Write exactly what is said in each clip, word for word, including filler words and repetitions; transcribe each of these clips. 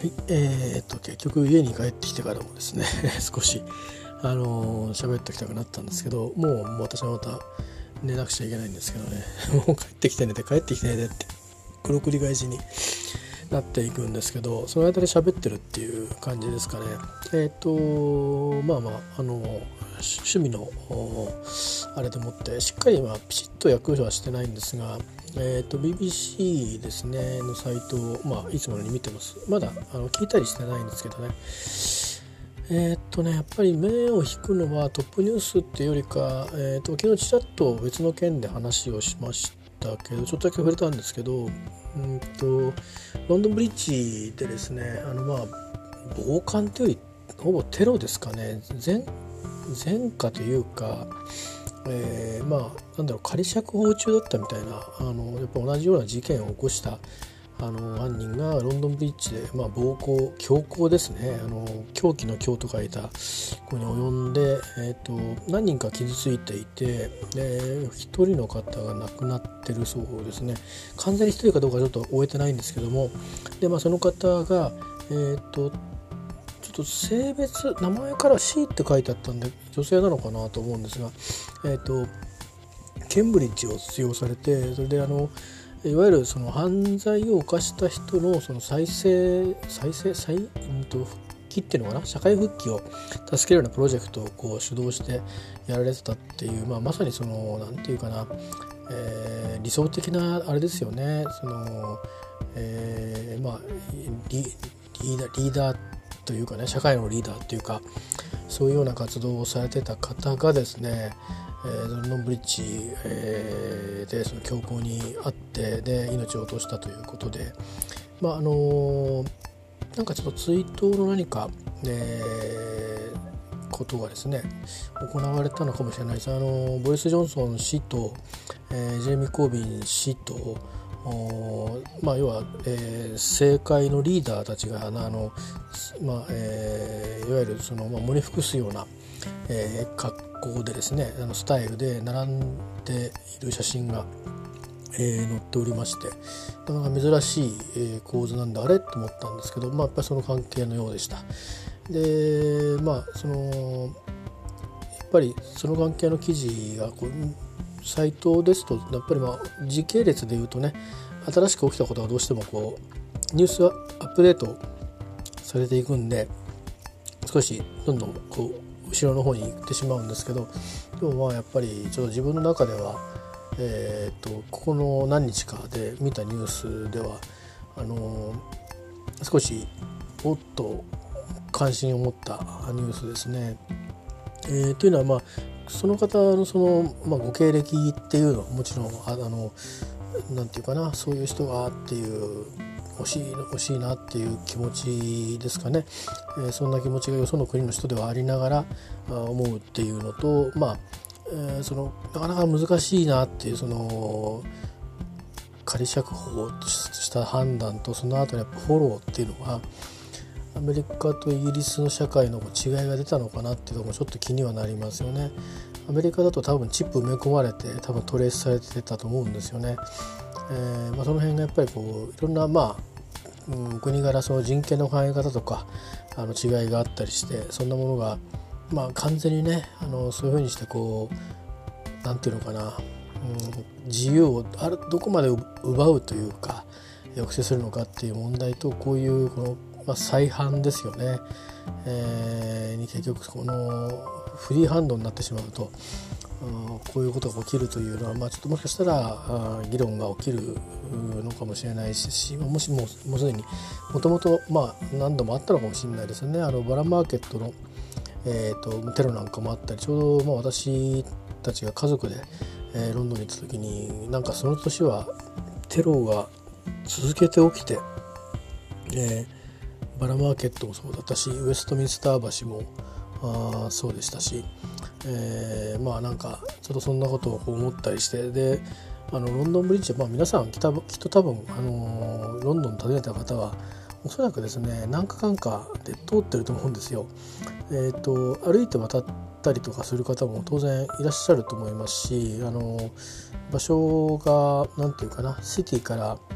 、えー、っと結局家に帰ってきてからもですね少しあのー、喋ってきたくなったんですけど、もう、もう私はまた寝なくちゃいけないんですけどねもう帰ってきて寝て帰ってきて寝てってこの繰り返しになっていくんですけど、その間で喋ってるっていう感じですかね。えっとまあまああの趣味のあれでもってしっかりまあピシッと訳はしてないんですが、えっと ビービーシー ですねのサイトをまあいつものように見てます。まだあの聞いたりしてないんですけどね。えーっとねやっぱり目を引くのはトップニュースっていうよりか、えーっと昨日ちらっと別の件で話をしましたけど、ちょっとだけ触れたんですけど、うんとロンドンブリッジでですね、あのまあ暴漢というよりほぼテロですかね、前前科というか、えー、まあなんだろう仮釈放中だったみたいな、あのやっぱ同じような事件を起こしたあの犯人がロンドンブリッジで、まあ、暴行凶行ですね、あの凶器の凶と書いたここに及んで、えー、と何人か傷ついていて、でひとりの方が亡くなってるそうですね。完全にひとりかどうかちょっと終えてないんですけども、で、まあ、その方が、えー、とちょっと性別名前から C って書いてあったんで女性なのかなと思うんですが、えー、とケンブリッジを卒業されて、それであのいわゆるその犯罪を犯した人のその再生再生再、うんと、復帰っていうのかな、社会復帰を助けるようなプロジェクトをこう主導してやられてたっていう、まあ、まさにそのなんていうかな、えー、理想的なあれですよね。その、えー、まあリ、リーダーリーダーというかね、社会のリーダーというか、そういうような活動をされてた方がですね、えー、ロンドンブリッジ、えー、でその強行にあってで命を落としたということで、まああのー、なんかちょっと追悼の何か、えー、ことがですね行われたのかもしれないです。あのー、ボリス・ジョンソン氏と、えー、ジェイミー・コービン氏とまあ、要は、えー、政界のリーダーたちがあの、まあえー、いわゆるその、まあ、喪に服すような、えー、格好でですね、あのスタイルで並んでいる写真が、えー、載っておりまして、なかなか珍しい、えー、構図なんであれと思ったんですけど、まあ、やっぱりその関係のようでした。でまあそのやっぱりその関係の記事がこうサイトですとやっぱりまあ時系列でいうとね、新しく起きたことがどうしてもこうニュースアップデートされていくんで、少しどんどんこう後ろの方に行ってしまうんですけど、でもまあやっぱりちょっと自分の中では、えー、とここの何日かで見たニュースではあのー、少しおっと関心を持ったニュースですね。えー、というのはまあその方のその、まあ、ご経歴っていうのはもちろんあのなんていうかな、そういう人がっていう欲しい欲しいなっていう気持ちですかね、えー、そんな気持ちがよその国の人ではありながら思うっていうのと、まあ、えー、そのなかなか難しいなっていうその仮釈放とした判断とその後のやっぱフォローっていうのはアメリカとイギリスの社会の違いが出たのかなっていうのもちょっと気にはなりますよね。アメリカだと多分チップ埋め込まれて多分トレースされてたと思うんですよね。えーまあ、その辺がやっぱりこういろんなまあ、うん、国柄その人権の考え方とかあの違いがあったりして、そんなものがまあ完全にねあのそういうふうにしてこうなんていうのかな、うん、自由をあるどこまで奪うというか抑制するのかっていう問題と、こういうこのまあ、再犯ですよね、えー、に結局このフリーハンドになってしまうと、うん、こういうことが起きるというのは、まあ、ちょっともしかしたら議論が起きるのかもしれないし、もしももうすでにもともと何度もあったのかもしれないですよね。あのバラマーケットの、えー、とテロなんかもあったり、ちょうどまあ私たちが家族で、えー、ロンドンに行った時になんかその年はテロが続けて起きて、えーバラマーケットもそうだったし、ウェストミンスター橋もあそうでしたし、えー、まあなんかちょっとそんなことを思ったりして、であのロンドンブリッジは、まあ、皆さんきっと多分、あのー、ロンドンに訪ねた方はおそらくですね何かかんかで通ってると思うんですよ。えーと、歩いて渡ったりとかする方も当然いらっしゃると思いますし、あのー、場所がなんていうかな、シティからあ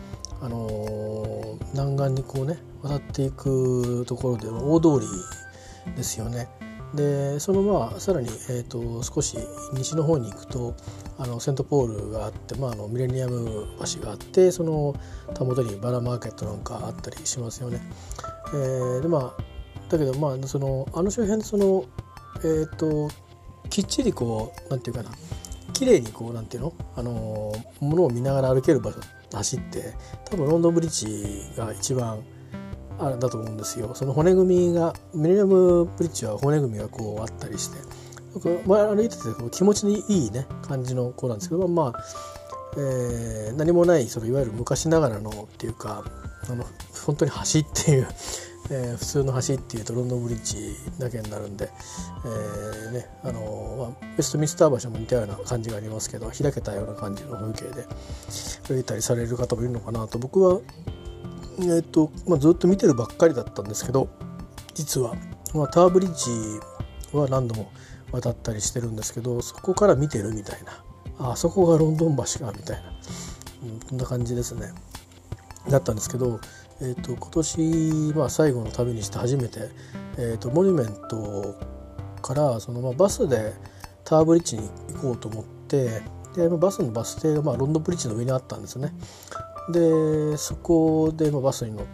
あのー、南岸にこうね渡っていくところでは大通りですよね。でそのまあさらに、えー、と少し西の方に行くとあのセントポールがあって、まあ、あのミレニアム橋があって、そのたもとにバラマーケットなんかあったりしますよね。えー、でまあだけどまあそのあの周辺そのえっ、ー、ときっちりこうなんていうかな、綺麗にこうなんていうの、あのものを見ながら歩ける場所走って多分ロンドンブリッジが一番あれだと思うんですよ。その骨組みがミレニアムブリッジは骨組みがこうあったりして、前歩いてて気持ちのいいね感じの子なんですけど、まあ、えー、何もないそのいわゆる昔ながらのっていうか、あの本当に橋っていう、えー、普通の橋っていうとロンドンブリッジだけになるんで、えーねあのまあ、ウェストミンスター橋も似たような感じがありますけど、開けたような感じの風景で歩いたりされる方もいるのかなと僕はえーとまあ、ずっと見てるばっかりだったんですけど、実は、まあ、タワーブリッジは何度も渡ったりしてるんですけど、そこから見てるみたいな、あそこがロンドン橋かみたいな、うん、こんな感じですねだったんですけど、えーと今年、まあ、最後の旅にして初めて、えーとモニュメントからその、まあ、バスでタワーブリッジに行こうと思って、でバスのバス停が、まあ、ロンドンブリッジの上にあったんですよね。でそこでバスに乗って、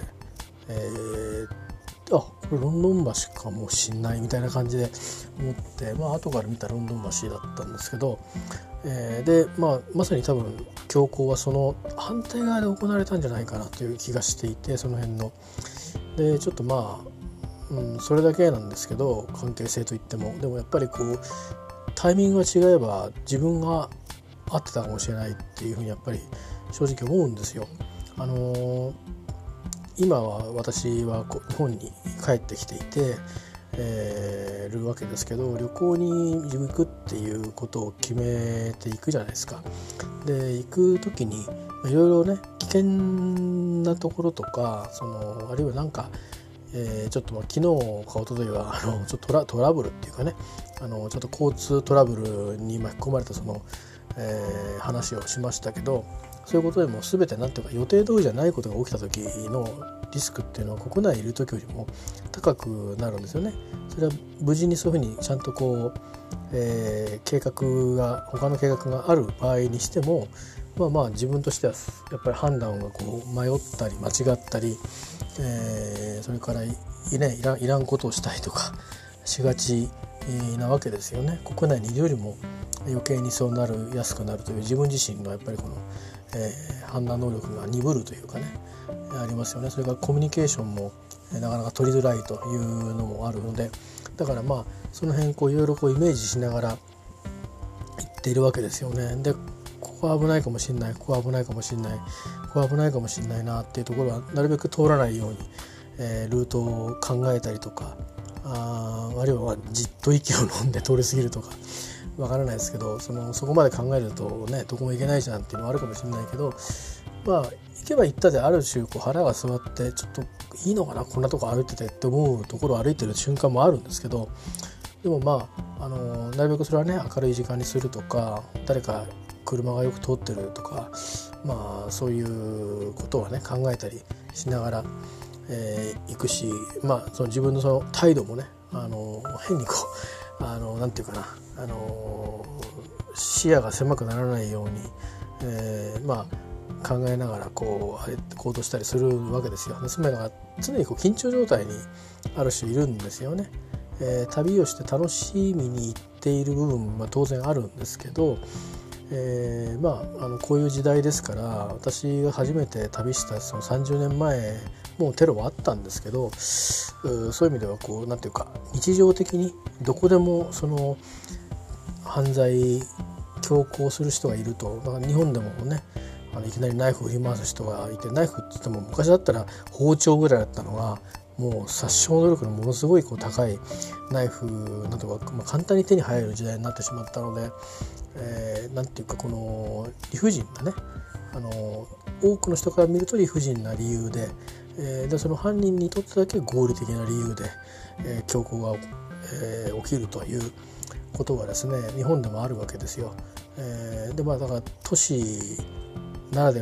えー、あこれロンドン橋かもしんないみたいな感じで思って、まあ後から見たロンドン橋だったんですけど、えー、で、まあ、まさに多分教皇はその反対側で行われたんじゃないかなという気がしていて、その辺のでちょっとまあ、うん、それだけなんですけど、関係性といってもでもやっぱりこうタイミングが違えば自分が合ってたかもしれないっていうふうにやっぱり正直思うんですよ。あのー、今は私は日本に帰ってきていて、えー、るわけですけど、旅行に行くっていうことを決めていくじゃないですか。で行く時にいろいろね危険なところとか、そのあるいはなんか、えー、ちょっとまあ昨日か一昨日はあのちょっとトラ、トラブルっていうかね、あのちょっと交通トラブルに巻き込まれたその、えー、話をしましたけど、そういうことでも全てなんていうか予定通りじゃないことが起きた時のリスクっていうのは国内にいる時よりも高くなるんですよね。それは無事にそういうふうにちゃんとこう、えー、計画が他の計画がある場合にしても、まあまあ自分としてはやっぱり判断がこう迷ったり間違ったり、えー、それからい、ね、いらん、いらんことをしたりとかしがちなわけですよね。国内にいるよりも余計にそうなるやすくなるという自分自身のやっぱりこの、えー、判断能力が鈍るというかねありますよね。それからコミュニケーションもなかなか取りづらいというのもあるので、だからまあその辺こういろいろこうイメージしながら行っているわけですよね。でここは危ないかもしれない、ここは危ないかもしれない、ここは危ないかもしれないなっていうところはなるべく通らないように、えー、ルートを考えたりとか、あ, あるいはじっと息を飲んで通り過ぎるとかわからないですけど、そのそこまで考えるとねどこも行けないじゃんっていうのはあるかもしれないけど、まあ行けば行ったである種こう腹が座ってちょっといいのかなこんなとこ歩いててって思うところを歩いてる瞬間もあるんですけど、でもまあ、あのなるべくそれはね明るい時間にするとか、誰か車がよく通ってるとか、まあそういうことはね考えたりしながら、えー、行くし、まあその自分のその態度もね、あの変にこうあのなんていうかな、あの視野が狭くならないように、えー、まあ考えながらこう行動したりするわけですよ。つまり常にこう緊張状態にある種いるんですよね。えー、旅をして楽しみに行っている部分は当然あるんですけど、えー、まあ、あのこういう時代ですから、私が初めて旅したそのさんじゅうねんまえもうテロはあったんですけど、そういう意味ではこうなんていうか日常的にどこでもその犯罪強行する人がいると、だから日本でもねあのいきなりナイフを振り回す人がいて、ナイフって言っても昔だったら包丁ぐらいだったのがもう殺傷能力のものすごいこう高いナイフなどが、まあ、簡単に手に入る時代になってしまったので、えー、なんていうかこの理不尽なね、あの多くの人から見ると理不尽な理由で、えー、でその犯人にとってだけ合理的な理由で、えー、凶行が、えー、起きるということがですね日本でもあるわけですよ。えー、でまあだから都市ならではの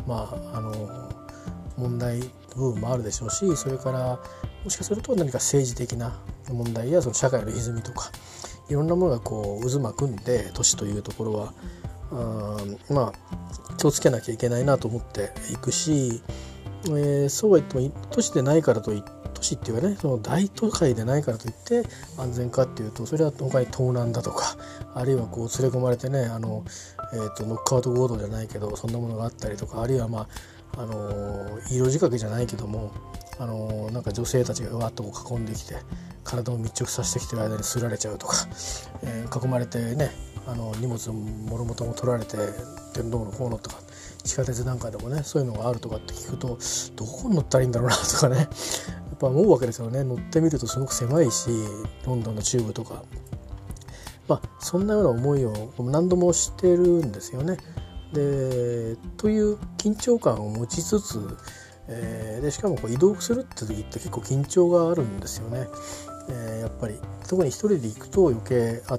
まああの問題部分もあるでしょうし、それからもしかすると何か政治的な問題やその社会の歪みとかいろんなものがこう渦巻くんで、都市というところはあまあ気をつけなきゃいけないなと思っていくし、えー、そうは言っても都市でないからといって都市っていうかね、その大都会でないからといって安全かっていうと、それは他に盗難だとか、あるいはこう連れ込まれてね、あの、えー、とノックアウト強盗じゃないけどそんなものがあったりとか、あるいはまあ、あのー、色仕掛けじゃないけども、あのー、なんか女性たちがわっとこう囲んできて体を密着させてきてる間にすられちゃうとか、えー、囲まれてね、あの荷物もろもとも取られてどうのこうのとか、地下鉄なんかでもねそういうのがあるとかって聞くと、どこに乗ったらいいんだろうなとかねやっぱ思うわけですよね。乗ってみるとすごく狭いし、ロンドンのチューブとか、まあそんなような思いを何度もしてるんですよね。でという緊張感を持ちつつ、えー、でしかもこう移動するって時って結構緊張があるんですよね。えー、やっぱり特に一人で行くと余計あって、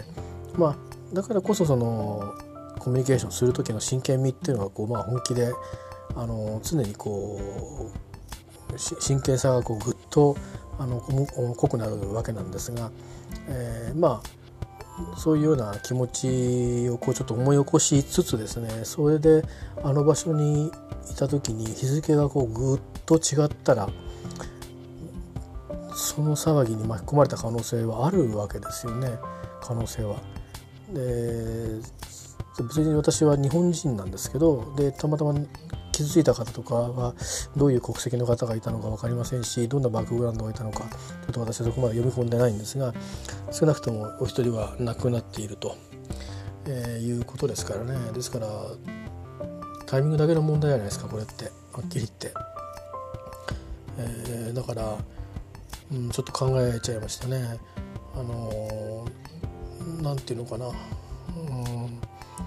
まあだからこそそのコミュニケーションする時の真剣味っていうのがこう、まあ、本気であの常にこう真剣さがこうぐっとあの濃くなるわけなんですが、えー、まあそういうような気持ちをこうちょっと思い起こしつつですね、それであの場所にいた時に日付がこうぐっと違ったらその騒ぎに巻き込まれた可能性はあるわけですよね。可能性は。で別に私は日本人なんですけど、でたまたま傷ついた方とかはどういう国籍の方がいたのか分かりませんし、どんなバックグラウンドがいたのかちょっと私はそこまで読み込んでないんですが、少なくともお一人は亡くなっていると、えー、いうことですからね。ですからタイミングだけの問題じゃないですか、これってはっきり言って、えー、だから、うん、ちょっと考えちゃいましたね。あのー、なんていうのかな、うん、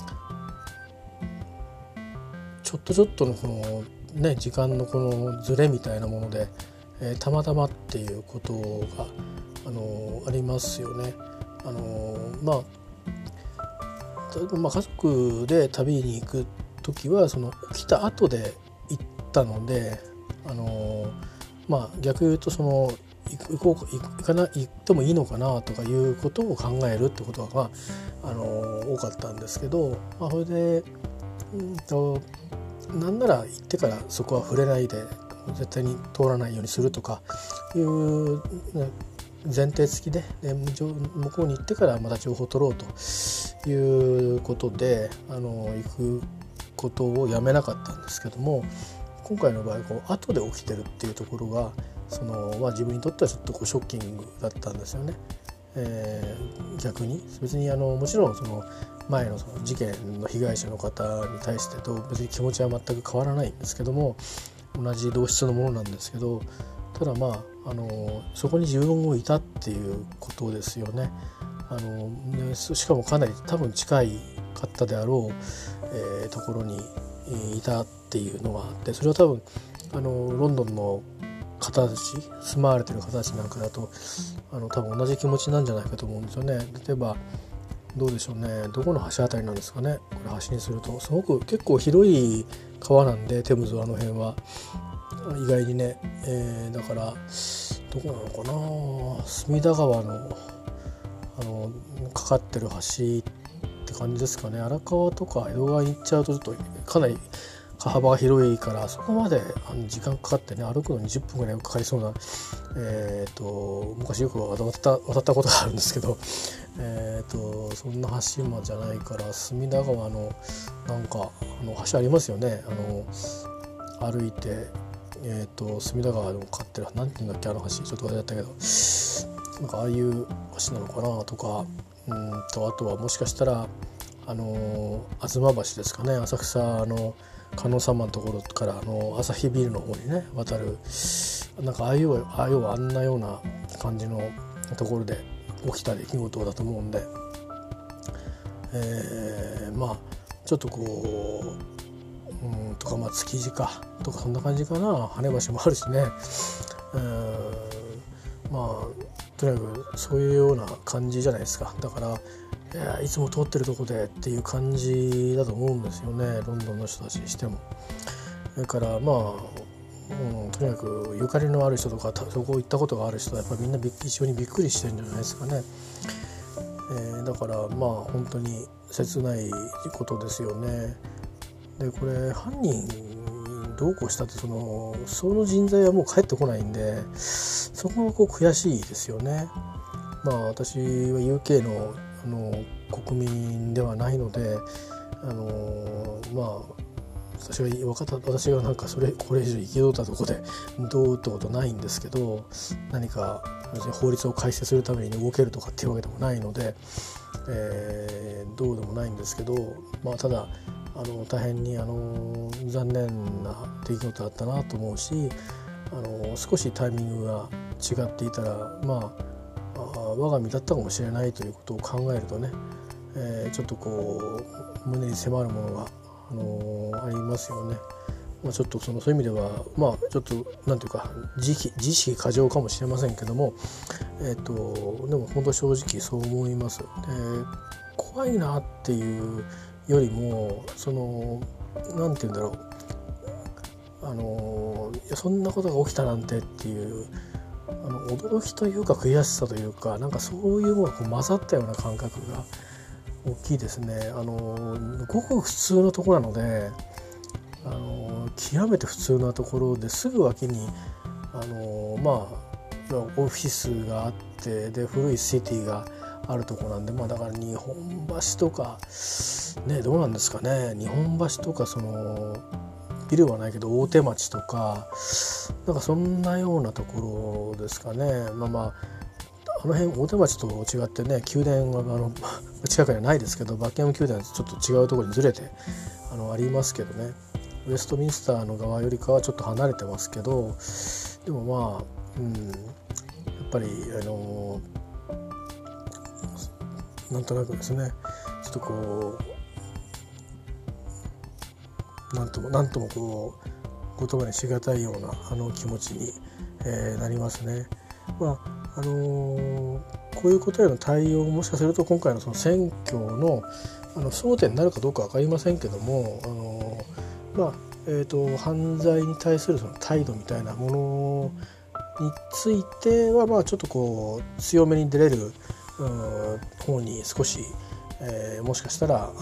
ちょっとちょっとのこのね時間のこのズレみたいなもので、えー、たまたまっていうことが、あのー、ありますよね。あのー、まあ、まあ家族で旅に行く時はその起きた後で行ったので、あのー、まあ逆言うとその行こう行かな行ってもいいのかなとかいうことを考えるってことが、あのー、多かったんですけど、まあ、それで、うんとなんなら行ってからそこは触れないで絶対に通らないようにするとかいう前提付きで、で向こうに行ってからまた情報を取ろうということで、あの行くことをやめなかったんですけども、今回の場合こう後で起きてるっていうところがその、まあ、自分にとってはちょっとこうショッキングだったんですよね。えー、逆に別にあのもちろんその前 の, その事件の被害者の方に対してと別に気持ちは全く変わらないんですけども、同じ同質のものなんですけど、ただまあ、あのそこに自分もいたっていうことですよね。あのねしかもかなり多分近い方であろう、えー、ところにいたっていうのがあって、それは多分あのロンドンの方たち住まわれてる方たちなんかだとあの多分同じ気持ちなんじゃないかと思うんですよね。例えばどうでしょうね、どこの橋あたりなんですかね、これ橋にするとすごく結構広い川なんで、テムズあの辺は意外にね、えー、だからどこなのかな、隅田川のあのかかってる橋って感じですかね。荒川とか江戸川に行っちゃうとちょっとかなり川幅が広いからそこまであの時間かかってね、歩くのにじゅっぷんぐらいかかりそうな、えー、と昔よく渡った渡ったことがあるんですけど、えー、とそんな橋間じゃないから、隅田川のなんかあの橋ありますよね、あの歩いて、えー、と隅田川のかってるなんていうんだっけ、あの橋ちょっと忘れちゃったけど、なんかああいう橋なのかなとか、うんとあとはもしかしたらあの吾妻橋ですかね、浅草の観音様のところからあの朝日ビルの方にね渡る、なんかああいうああいうあんなような感じのところで起きた出来事だと思うんで、えー、まあちょっとこう、うんとかまあ築地かとかそんな感じかな、羽橋もあるしね、えー、まあとにかくそういうような感じじゃないですか。だからいやいつも通ってるとこでっていう感じだと思うんですよね、ロンドンの人たちにしても。 それからまあ、うん、とにかくゆかりのある人とかそこ行ったことがある人はやっぱりみんな一緒にびっくりしてるんじゃないですかね。えー、だからまあ本当に切ないことですよね。でこれ犯人どうこうしたってそのその人材はもう帰ってこないんで、そこがこう悔しいですよね。まあ私は ユーケー の, あの国民ではないので、あのまあ私が分かった私がなんかそれこれ以上憤ったところでどうってことないんですけど、何か法律を改正するために動けるとかっていうわけでもないので、えー、どうでもないんですけど、まあただあの大変にあの残念な出来事だったなと思うし、あの少しタイミングが違っていたらまあ我が身だったかもしれないということを考えるとね、えー、ちょっとこう胸に迫るものが、あのー、ありますよね。まあ、ちょっとそのそういう意味ではまあちょっとなんていうか自意自意識過剰かもしれませんけども、えー、とでも本当正直そう思います。で怖いなっていうよりもそのなんていうんだろう、あのいやそんなことが起きたなんてっていうあの驚きというか悔しさというか、なんかそういうものがこう混ざったような感覚が大きいですね。あのごく普通のところなので、あの極めて普通なところですぐ脇にあのまあオフィスがあってで古いシティがあるところなんで、まあだから日本橋とかね、どうなんですかね、日本橋とかそのビルはないけど大手町とかなんかそんなようなところですかね。まあまああの辺大手町と違ってね、宮殿はあの近くにはないですけど、バッキンガム宮殿はちょっと違うところにずれてあのありますけどね、ウェストミンスターの側よりかはちょっと離れてますけど、でもまあ、うん、やっぱりあのなんとなくですね、ちょっとこうなんともなんともこう言葉にしがたいようなあの気持ちに、えー、なりますね。まああのー、こういうことへの対応もしかすると今回のその選挙のあの争点になるかどうか分かりませんけども、あのー、まあえーと、犯罪に対するその態度みたいなものについてはまあちょっとこう強めに出れる方に少し、えー、もしかしたら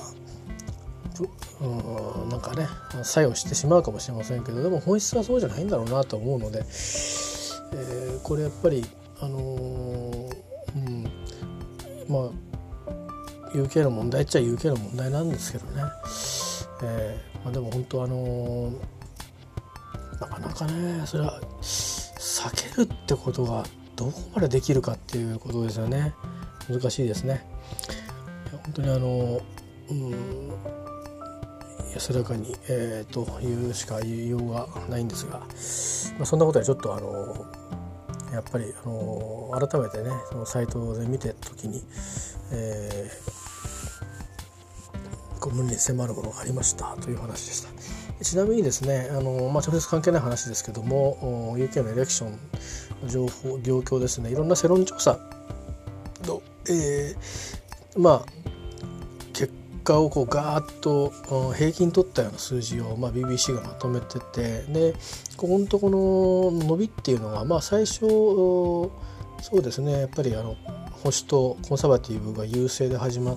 うんなんかね作用してしまうかもしれませんけど、でも本質はそうじゃないんだろうなと思うので、えー、これやっぱりあのーうん、まあ ユーケー の問題っちゃ ユーケー の問題なんですけどね、えーまあ、でも本当あのー、なかなかねそれは避けるってことがどこまでできるかっていうことですよね。難しいですね。本当にあのうん安らかに、えー、と言うしか言いようがないんですが、まあ、そんなことはちょっとあのやっぱりあの改めてねそのサイトで見てた時に、えー、こう胸に迫るものがありましたという話でした。ちなみにですね、あの、まあ、直接関係ない話ですけども ユーケー のエレクションの情報状況ですね、いろんな世論調査の、えー、まあ結果をこうガーッと平均取ったような数字を、まあ、ビービーシー がまとめてて、でここのとこの伸びっていうのは、まあ、最初そうですねやっぱりあの保守党コンサバティブが優勢で始まって、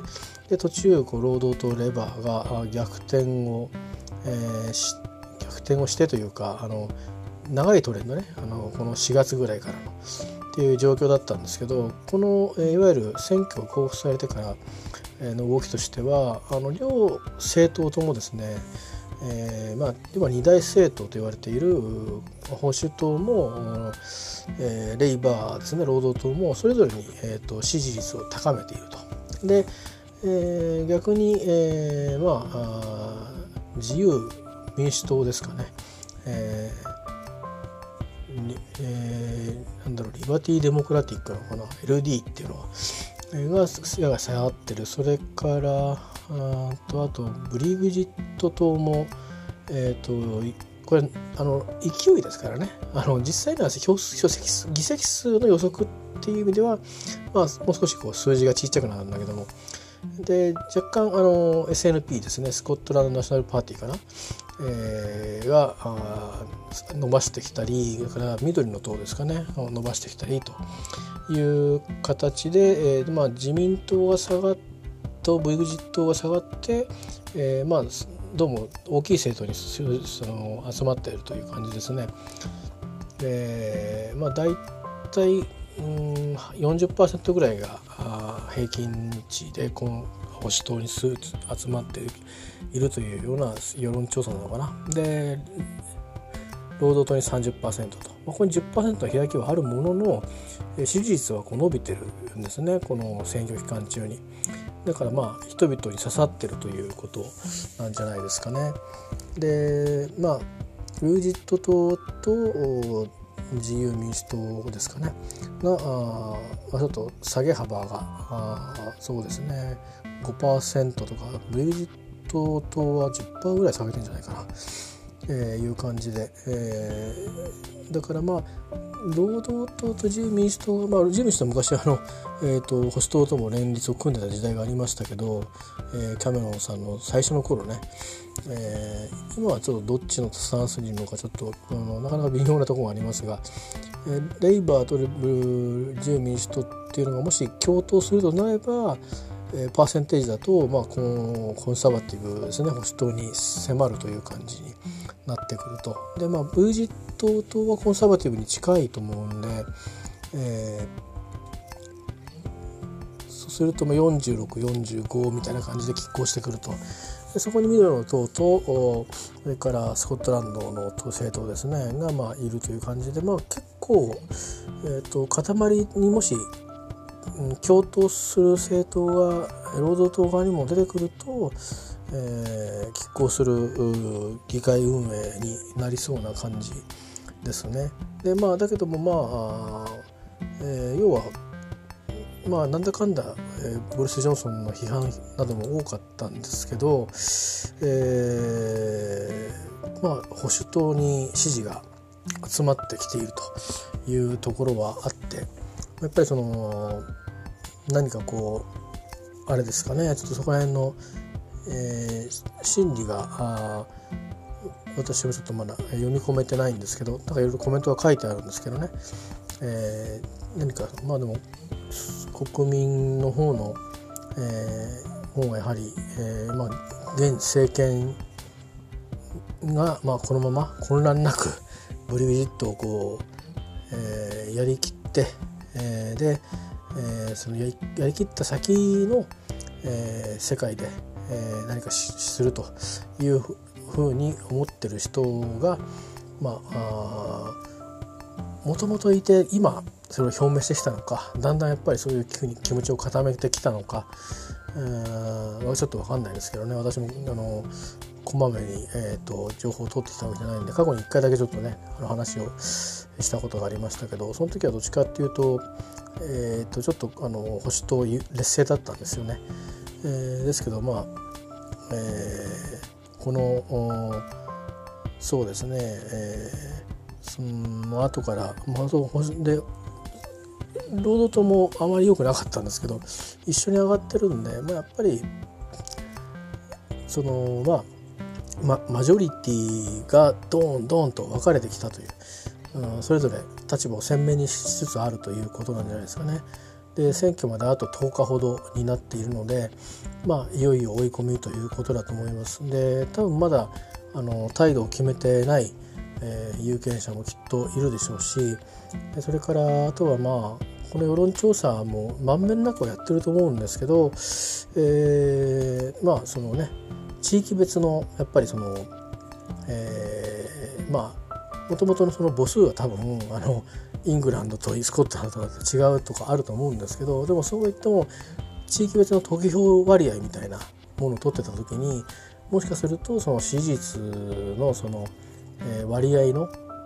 で途中こう労働党レバーが逆転を、えー、し逆転をしてというかあの長いトレンドねあのこのしがつぐらいからのっていう状況だったんですけど、この、えー、いわゆる選挙が交付されてからの動きとしてはあの両政党ともですね、えーまあ、今二大政党と言われている保守党も、えー、レイバーですね労働党もそれぞれに、えー、と支持率を高めていると。で、えー、逆に、えー、まあ自由民主党ですかね、えーえー、なんだろうリバティデモクラティックなのかな エルディー っていうのはがやが下がってる。それからあとあとブリグジット党も、えー、とこれあの勢いですからね、あの実際には議席数の予測っていう意味では、まあ、もう少しこう数字がちっちゃくなるんだけども、 で若干あの エスエヌピー ですね、スコットランドナショナルパーティーかな、えー、が伸ばしてきたり、それから緑の党ですかね伸ばしてきたりという形で、えーまあ、自民党が下がっとブグジットが下がって、えー、まあどうも大きい政党にその集まっているという感じですね。でまあ大体うん よんじゅっパーセント ぐらいが平均値でこの保守党に集まっているというような世論調査なのかな。で労働党に さんじゅっパーセント と、まあ、ここに じゅっパーセント の開きはあるものの支持率はこう伸びてるんですね、この選挙期間中に。だからまあ人々に刺さってるということなんじゃないですかね。でまあブグジット党と自由民主党ですかねがあちょっと下げ幅があそうですね ごパーセント とかブグジット党は じゅっパーセント ぐらい下げてるんじゃないかな、えー、いう感じで、えー、だからまあ労働党と自由民主党が、まあ、自由民主党は昔あの、えー、と保守党とも連立を組んでた時代がありましたけど、えー、キャメロンさんの最初の頃ね、えー、今はちょっとどっちのスタンスにいるのかちょっとあのなかなか微妙なところがありますが、えー、レイバーと自由民主党っていうのがもし共闘するとなれば、えー、パーセンテージだと、まあ、このコンサバティブですね保守党に迫るという感じになってくると。でまあブグジット党はコンサバティブに近いと思うんで、えー、そうするとよんじゅうろく、よんじゅうごみたいな感じで拮抗してくると。でそこに緑の党とそれからスコットランドの政党ですねがまあいるという感じで、まあ、結構、えー、と塊にもし共闘する政党が労働党側にも出てくると、えー、拮抗する議会運営になりそうな感じですね。でまあだけどもまあ、えー、要はまあなんだかんだ、えー、ボリス・ジョンソンの批判なども多かったんですけど、えー、まあ保守党に支持が集まってきているというところはあって、やっぱりその何かこうあれですかね、ちょっとそこら辺の、えー、心理があ私もちょっとまだ読み込めてないんですけど、なんかいろいろコメントが書いてあるんですけどね、えー、何かまあでも国民の方の、えー、方がやはり、えーまあ、現政権が、まあ、このまま混乱なくブリグジットをこう、えー、やりきって、えー、で、えー、そのやり、やりきった先の、えー、世界で、えー、何かするというふうに思ってる人がまあもともといて今それを表明してきたのか、だんだんやっぱりそういうふうに気持ちを固めてきたのか、えー、ちょっと分かんないですけどね。私もあのこまめに、えーと、情報を取ってきたわけじゃないんで、過去にいっかいだけちょっとねあの話をしたことがありましたけど、その時はどっちかっていうと、えーとちょっとあの保守党劣勢だったんですよね。えー、ですけどまあ、えー、このそうですね、えー、その後から、まあ、そうで労働党もあまり良くなかったんですけど一緒に上がってるんで、まあ、やっぱりそのまあま、マジョリティがドーンドーンと分かれてきたという、うん、それぞれ立場を鮮明にしつつあるということなんじゃないですかね。で選挙まであととおかほどになっているので、まあ、いよいよ追い込みということだと思います。で多分まだあの態度を決めてない、えー、有権者もきっといるでしょうし、でそれからあとはまあこの世論調査もまんべんなくやってると思うんですけど、えー、まあそのね地域別のやっぱりその、えー、まあもともとのその母数は多分あのイングランドとスコットランドとか違うとかあると思うんですけど、でもそう言っても地域別の投票割合みたいなものを取ってた時にもしかするとその支持率のその、えー、割合の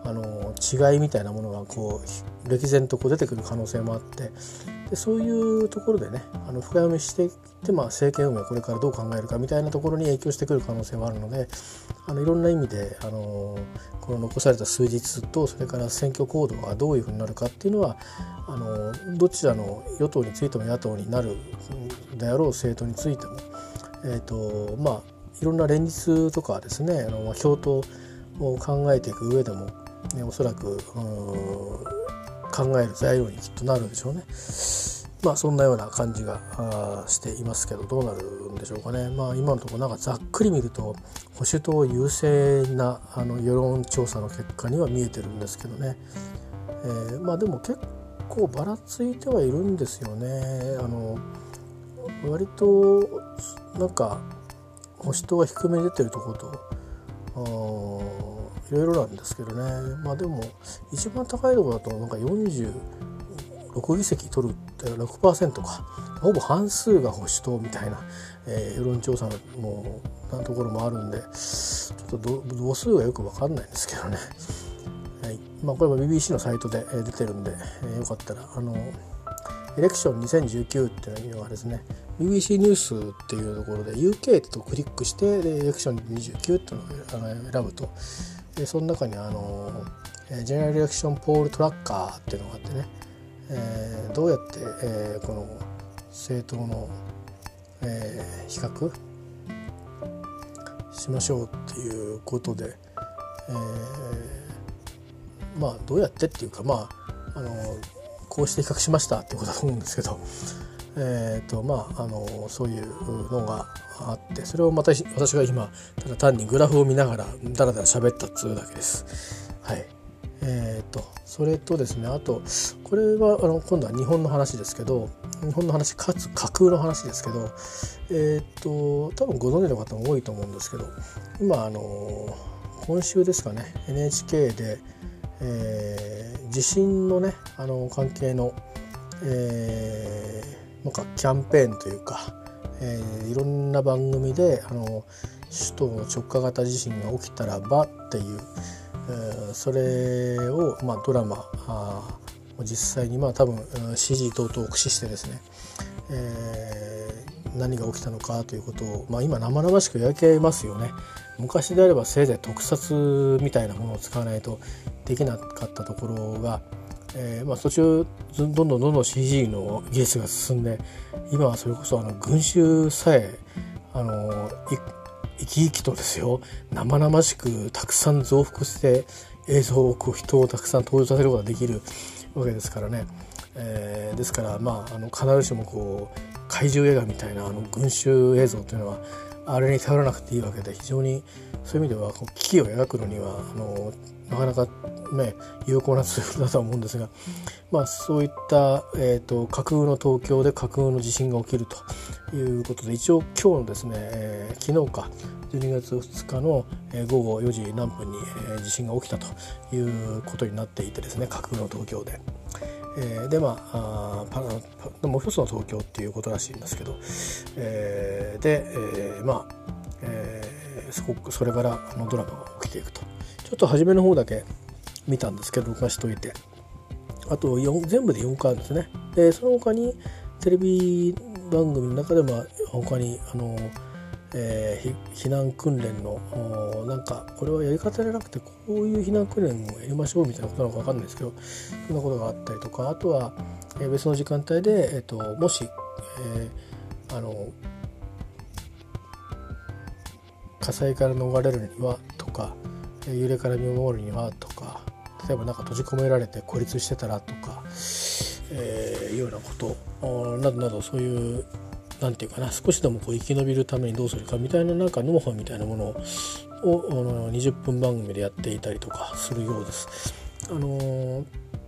あの違いみたいなものがこう歴然とこう出てくる可能性もあって、でそういうところでねあの深読みしていって、まあ、政権運営これからどう考えるかみたいなところに影響してくる可能性もあるので、あのいろんな意味であのこの残された数日とそれから選挙行動がどういうふうになるかっていうのはあのどちらの与党についても野党になるであろう政党についても、えーとまあ、いろんな連立とかですねあの共闘を考えていく上でも、ね、おそらく考える材料にきっとなるでしょうね。まあそんなような感じがしていますけど、どうなるんでしょうかね。まあ今のところなんかざっくり見ると保守党優勢なあの世論調査の結果には見えてるんですけどね、えー、まあでも結構ばらついてはいるんですよね。あの割となんか保守党が低めに出てるところといろいろなんですけどね。まあでも一番高いところだとなんかよんじゅうろくぎせき取るって ろくパーセント か、ほぼ半数が保守党みたいな、えー、世論調査のなところもあるんで、ちょっと度数がよく分かんないんですけどね。はい、まあ、これも ビービーシー のサイトで出てるんで、えー、よかったらあのエレクションにせんじゅうきゅうっていうのはですね ビービーシー ニュースっていうところで ユーケー とクリックしてでエレクションにじゅうきゅうっていうのを選ぶと、でその中にあのジェネラルエレクションポールトラッカーっていうのがあってね、えー、どうやって、えー、この政党の、えー、比較しましょうっていうことで、えー、まあどうやってっていうかまああのこうして比較しましたっていうことだと思うんですけど、えーとまあ、あのそういうのがあって、それをまた私が今ただ単にグラフを見ながらだらだら喋ったっつうだけです。はい。えーとそれとですね、あとこれはあの今度は日本の話ですけど、日本の話かつ架空の話ですけど、えーと多分ご存知の方も多いと思うんですけど、今あの今週ですかね エヌエイチケー で、えー、地震のねあの関係の、えー、なんかキャンペーンというか、えー、いろんな番組であの首都の直下型地震が起きたらばっていう、えー、それを、まあ、ドラマあ実際にまあ多分 シージー 等々を駆使してですね、えー、何が起きたのかということを、まあ、今生々しく描けますよね。昔であればせいぜい特撮みたいなものを使わないとできなかったところが、えーまあ、途中どんどんどんどん シージー の技術が進んで、今はそれこそあの群衆さえあの生き生きとですよ生々しくたくさん増幅して映像をこう人をたくさん登場させることができるわけですからね、えー、ですからまああの必ずしもこう怪獣映画みたいなあの群衆映像というのはあれに頼らなくていいわけで、非常にそういう意味ではこう危機を描くのにはあのなかなかね有効なツールだとは思うんですが、まあそういった、えーと、架空の東京で架空の地震が起きるということで、一応今日のですね、えー、昨日かじゅうにがつふつかのごごよじなんぷんに地震が起きたということになっていてですね、架空の東京で。えー、でまあ、あパパもう一つの東京っていうことらしいんですけど、えー、で、えー、まあ、えー、そこそれからあのドラマが起きていくと。ちょっと初めの方だけ見たんですけど録画しといて、あとよん全部でよんかいですね。でその他にテレビ番組の中でも他にあのえー、避難訓練のなんかこれはやり方じゃなくてこういう避難訓練をやりましょうみたいなことなのか分かんないですけど、そんなことがあったりとか、あとは、えー、別の時間帯で、えー、ともし、えー、あの火災から逃れるにはとか揺れから身を守るにはとか、例えばなんか閉じ込められて孤立してたらとか、えー、いうようなことなどなど、そういうなんていうかな、少しでもこう生き延びるためにどうするかみたいななんかノウハウみたいなものをにじゅっぷん番組でやっていたりとかするようです。あのー、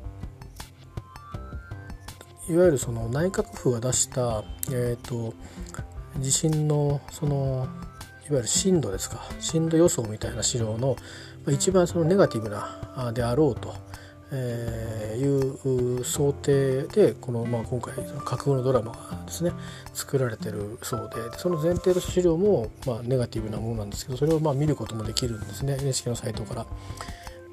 いわゆるその内閣府が出した、えーと、地震のそのいわゆる震度ですか、震度予想みたいな資料の一番そのネガティブなであろうとえー、いう想定でこの、まあ、今回その架空のドラマがですね作られてるそうで、その前提とした資料も、まあ、ネガティブなものなんですけど、それをまあ見ることもできるんですね、 エヌエイチケー のサイトから。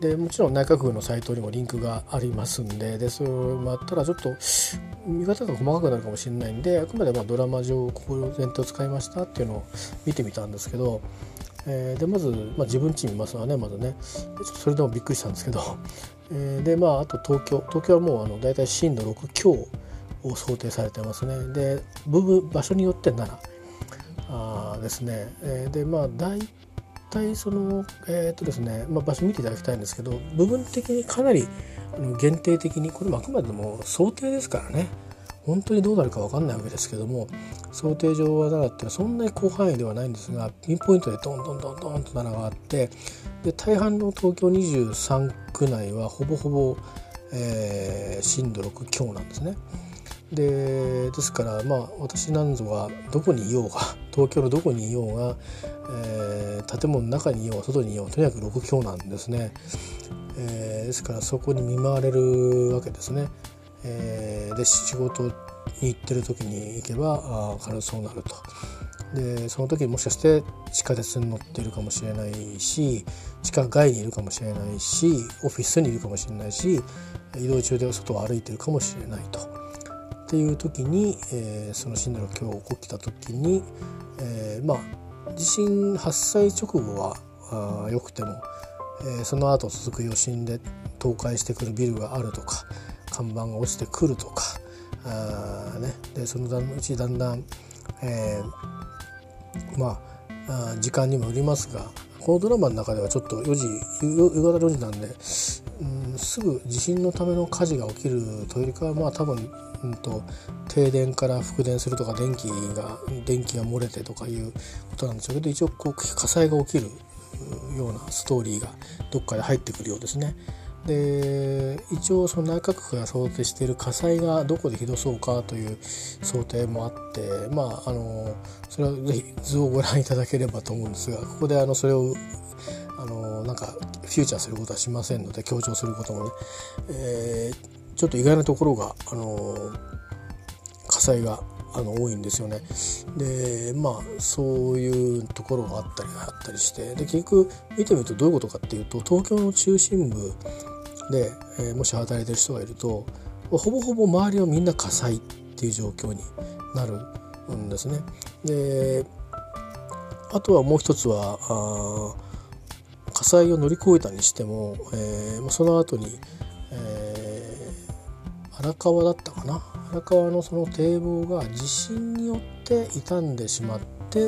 でもちろん内閣府のサイトにもリンクがありますんで、でそれもあったらちょっと見方が細かくなるかもしれないんで、あくまでまあドラマ上こういう前提を使いましたっていうのを見てみたんですけど、えー、でまず、まあ、自分家見ますわね。まずねちょっとそれでもびっくりしたんですけど、えー、でまああと東京東京はもうあのだいたい震度ろく強を想定されてますね。で部分場所によってななあですね、えー、でまあ大体そのえー、っとですね、まあ、場所見ていただきたいんですけど、部分的にかなりあの限定的に、これもあくまでも想定ですからね、本当にどうなるか分かんないわけですけども、想定上はななっていうのはそんなに広範囲ではないんですが、ピンポイントでドンドンドンドンとなながあって、で大半の東京にじゅうさん区内はほぼほぼ、えー、震度ろく強なんですね。でですからまあ私なんぞはどこにいようが、東京のどこにいようが、えー、建物の中にいようが外にいようがとにかくろく強なんですね。えー、ですからそこに見舞われるわけですね。えー、で仕事に行ってる時に行けば必ずそうなると。でその時にもしかして地下鉄に乗っているかもしれないし、地下街にいるかもしれないし、オフィスにいるかもしれないし、移動中で外を歩いているかもしれないと。っていう時に、えー、その震度ろく強が起こった時に、えー、まあ地震発生直後は良くても、えー、その後続く余震で倒壊してくるビルがあるとか、看板が落ちてくるとか、あ、ね、でそのうちだんだん、えー、まあ時間にもよりますが、このドラマの中ではちょっとよじ夕方のよじなんで、うん、すぐ地震のための火事が起きるというよりかは、まあ多分、うん、と停電から復電するとか、電気が電気が漏れてとかいうことなんでしょうけど、一応こう火災が起きるようなストーリーがどっかで入ってくるようですね。で一応その内閣府が想定している火災がどこでひどそうかという想定もあって、まああのそれはぜひ図をご覧いただければと思うんですが、ここであのそれをあのなんかフューチャーすることはしませんので、強調することもね、えー、ちょっと意外なところがあの火災があの多いんですよね。でまあそういうところがあったりあったりして、で結局見てみるとどういうことかっていうと、東京の中心部で、えー、もし働いてる人がいると、ほぼほぼ周りはみんな火災っていう状況になるんですね。であとはもう一つはあ火災を乗り越えたにしても、えー、その後に、えー、荒川だったかな、荒川のその堤防が地震によって傷んでしまって、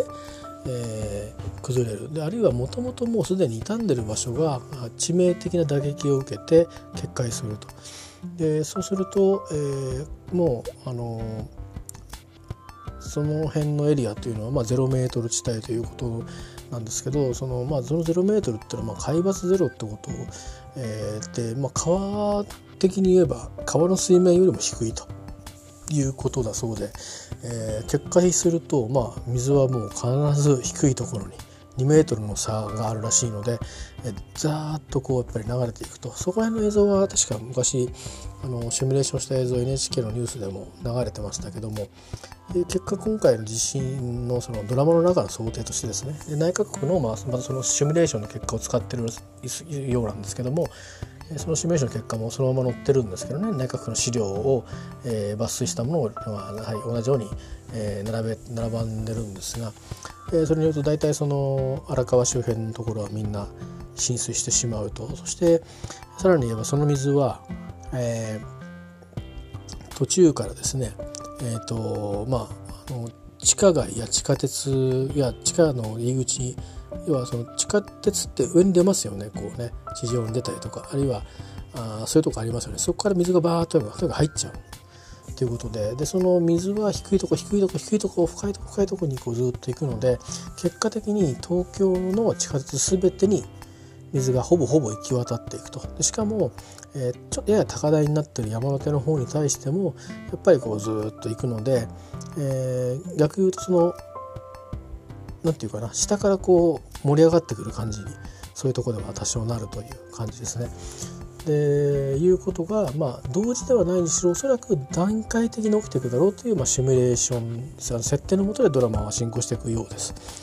えー、崩れる。であるいはもともともうすでに傷んでる場所が致命的な打撃を受けて決壊すると。でそうすると、えー、もうあのー、その辺のエリアというのは、まあ、ゼロメートル地帯ということなんですけど、その、まあ、そのゼロメートルっていうのはまあ海抜ゼロってことを、えー、で、まあ、川的に言えば川の水面よりも低いということだそうで、えー、決壊すると、まあ、水はもう必ず低いところににメートルの差があるらしいので、えー、ザーッとこうやっぱり流れていくと。そこら辺の映像は確か昔あのシミュレーションした映像 エヌエイチケー のニュースでも流れてましたけども、えー、結果今回の地震のそのドラマの中の想定としてですね、で内閣府の、まあ、またそのシミュレーションの結果を使ってるようなんですけども、そのシミュレーションの結果もそのまま載ってるんですけどね、内閣府の資料を、えー、抜粋したものを、まあはい、同じように、えー、並べ並んでるんですが、えー、それによると大体その荒川周辺のところはみんな浸水してしまうと。そしてさらに言えばその水は、えー、途中からですね、えーとまあ、あの地下街や地下鉄や地下の入り口、要はその地下鉄って上に出ますよね、こうね地上に出たりとか、あるいはあそういうとこありますよね。そこから水がバーッととにかく入っちゃうということで、でその水は低いとこ低いとこ低いとこ深いとこ深いとこにこうずっと行くので、結果的に東京の地下鉄すべてに水がほぼほぼ行き渡っていくと。でしかも、えー、ちょっとやや高台になっている山手の方に対してもやっぱりこうずっと行くので、えー、逆に言うとそのなんていうかな、下からこう盛り上がってくる感じにそういうところでは多少なるという感じですね。でいうことが、まあ、同時ではないにしろおそらく段階的に起きていくだろうという、まあ、シミュレーション設定のもとでドラマは進行していくようです。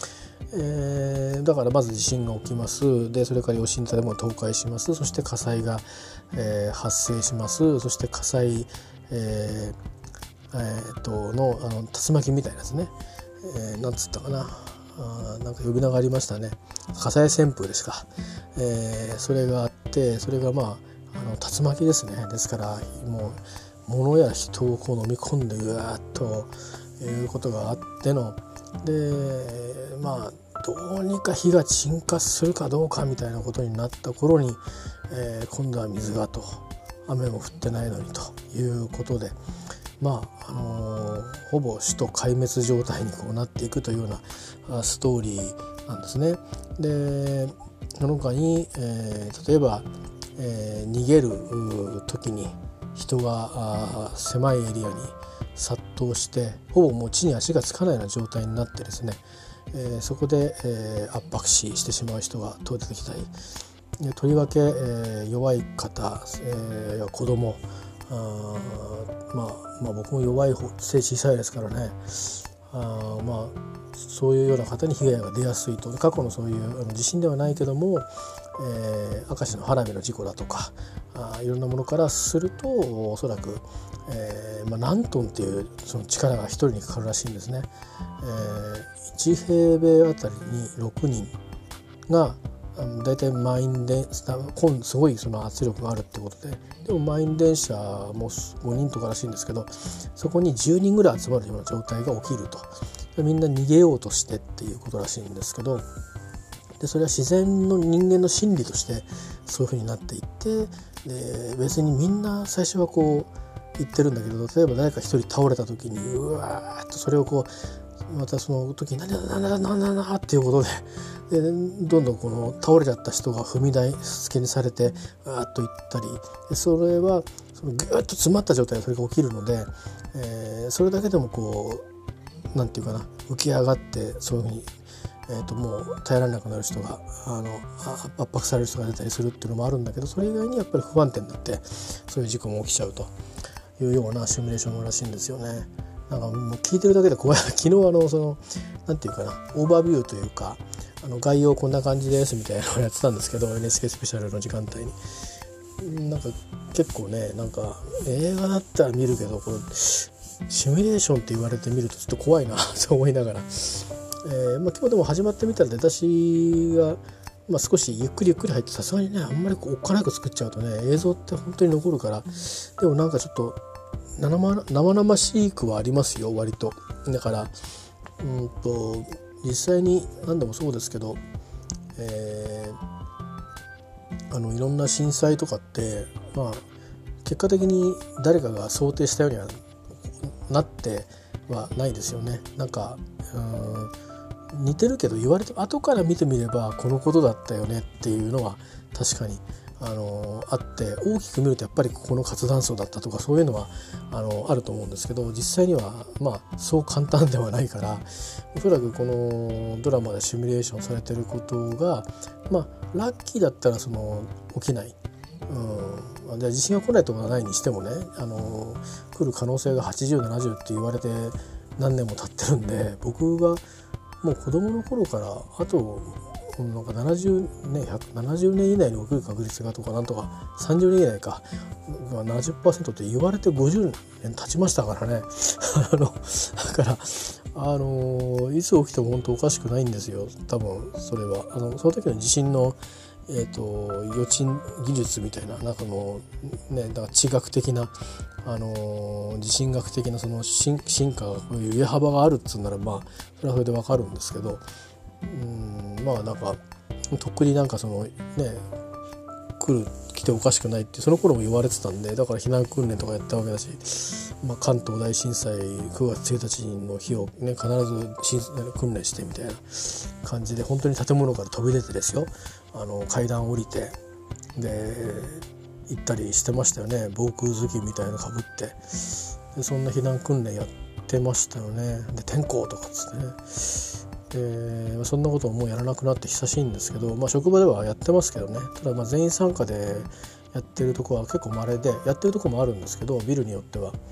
えー、だからまず地震が起きます。でそれから余震建物倒壊します。そして火災が、えー、発生します。そして火災、えーえー、っとのあの竜巻みたいなやつね、えー、なんつったかな、あなんか呼び名がありましたね。火災旋風ですか、えー、それがあって、それがまあ、あの竜巻ですね。ですからもう物や人をこう飲み込んでうわーっということがあってので、まあどうにか火が鎮火するかどうかみたいなことになった頃に、えー、今度は水がと、雨も降ってないのにということで、まああのー、ほぼ首都壊滅状態にこうなっていくというようなストーリーなんですね。でその他に、えー、例えば、えー、逃げる時に人が狭いエリアに殺到してほぼもう地に足がつかないような状態になってですね、えー、そこで、えー、圧迫死してしまう人が出てきたり、とりわけ、えー、弱い方、えー、子供、あまあ、まあ僕も弱い方背小さいですからね、あまあそういうような方に被害が出やすいと。過去のそういう地震ではないけども、えー、明石の花火の事故だとかあいろんなものからするとおそらく、えーまあ、何トンっていうその力が一人にかかるらしいんですね。えー、いち平米あたりにろくにんがだいたい満員ですごいその圧力があるってことで、でも満員電車もごにんとからしいんですけど、そこにじゅうにんぐらい集まるような状態が起きると。みんな逃げようとしてっていうことらしいんですけど、でそれは自然の人間の心理としてそういう風になっていって、で別にみんな最初はこう言ってるんだけど、例えば誰か一人倒れた時にうわーっとそれをこうまたその時に何だ何だ何だ何だっていうことで、でどんどんこの倒れちゃった人が踏み台付けにされてわーっといったり、でそれはそのギュッと詰まった状態でそれが起きるので、えー、それだけでもこうなんていうかな浮き上がってそういうふうに、えー、ともう耐えられなくなる人があの圧迫される人が出たりするっていうのもあるんだけど、それ以外にやっぱり不安定になってそういう事故も起きちゃうというようなシミュレーションらしいんですよね。なんかもう聞いてるだけで怖い。昨日あのそのなんていうかなオーバービューというかあの概要こんな感じですみたいなのをやってたんですけど エヌエイチケー スペシャルの時間帯になんか結構ねなんか映画だったら見るけどこれシミュレーションって言われてみるとちょっと怖いなと思いながら、えーまあ、今日でも始まってみたら出だしが、まあ、少しゆっくりゆっくり入ってさすがにねあんまりこうおっかなく作っちゃうとね映像って本当に残るから、でもなんかちょっと生々しくはありますよ割と。だからうんと実際に何でもそうですけど、えー、あのいろんな震災とかってまあ結果的に誰かが想定したようにはなってはないですよね。なんかうん似てるけど言われて後から見てみればこのことだったよねっていうのは確かにあのあって大きく見るとやっぱりここの活断層だったとかそういうのはあのあると思うんですけど、実際にはまあそう簡単ではないから、おそらくこのドラマでシミュレーションされてることがまあラッキーだったらその起きない。うん、で地震が来ないところがないにしてもねあの来る可能性がはちじゅう、ななじゅうって言われて何年も経ってるんで、僕がもう子供の頃からあとなんかななじゅうねん、ひゃくななじゅうねん以内に起きる確率がとかなんとかさんじゅうねん以内か ななじゅっパーセント って言われてごじゅうねん経ちましたからねあのだからあのいつ起きても本当おかしくないんですよ多分それは。あのその時の地震のえー、と予知技術みたいななんかのねだから地学的な、あのー、地震学的なその進化がこういう上幅があるっつうならまあそれはそれでわかるんですけど、うんまあなんかとっくになんかそのね来る来ておかしくないってその頃も言われてたんで、だから避難訓練とかやったわけだし、まあ、関東大震災くがつついたちの日をね必ず訓練してみたいな感じで本当に建物から飛び出てですよあの階段降りてで行ったりしてましたよね。防空頭巾みたいなのかぶってでそんな避難訓練やってましたよね。で天候とかっつってねでそんなことをもうやらなくなって久しいんですけど、まあ、職場ではやってますけどね。ただまあ全員参加でやってるとこは結構稀でやってるとこもあるんですけどビルによっては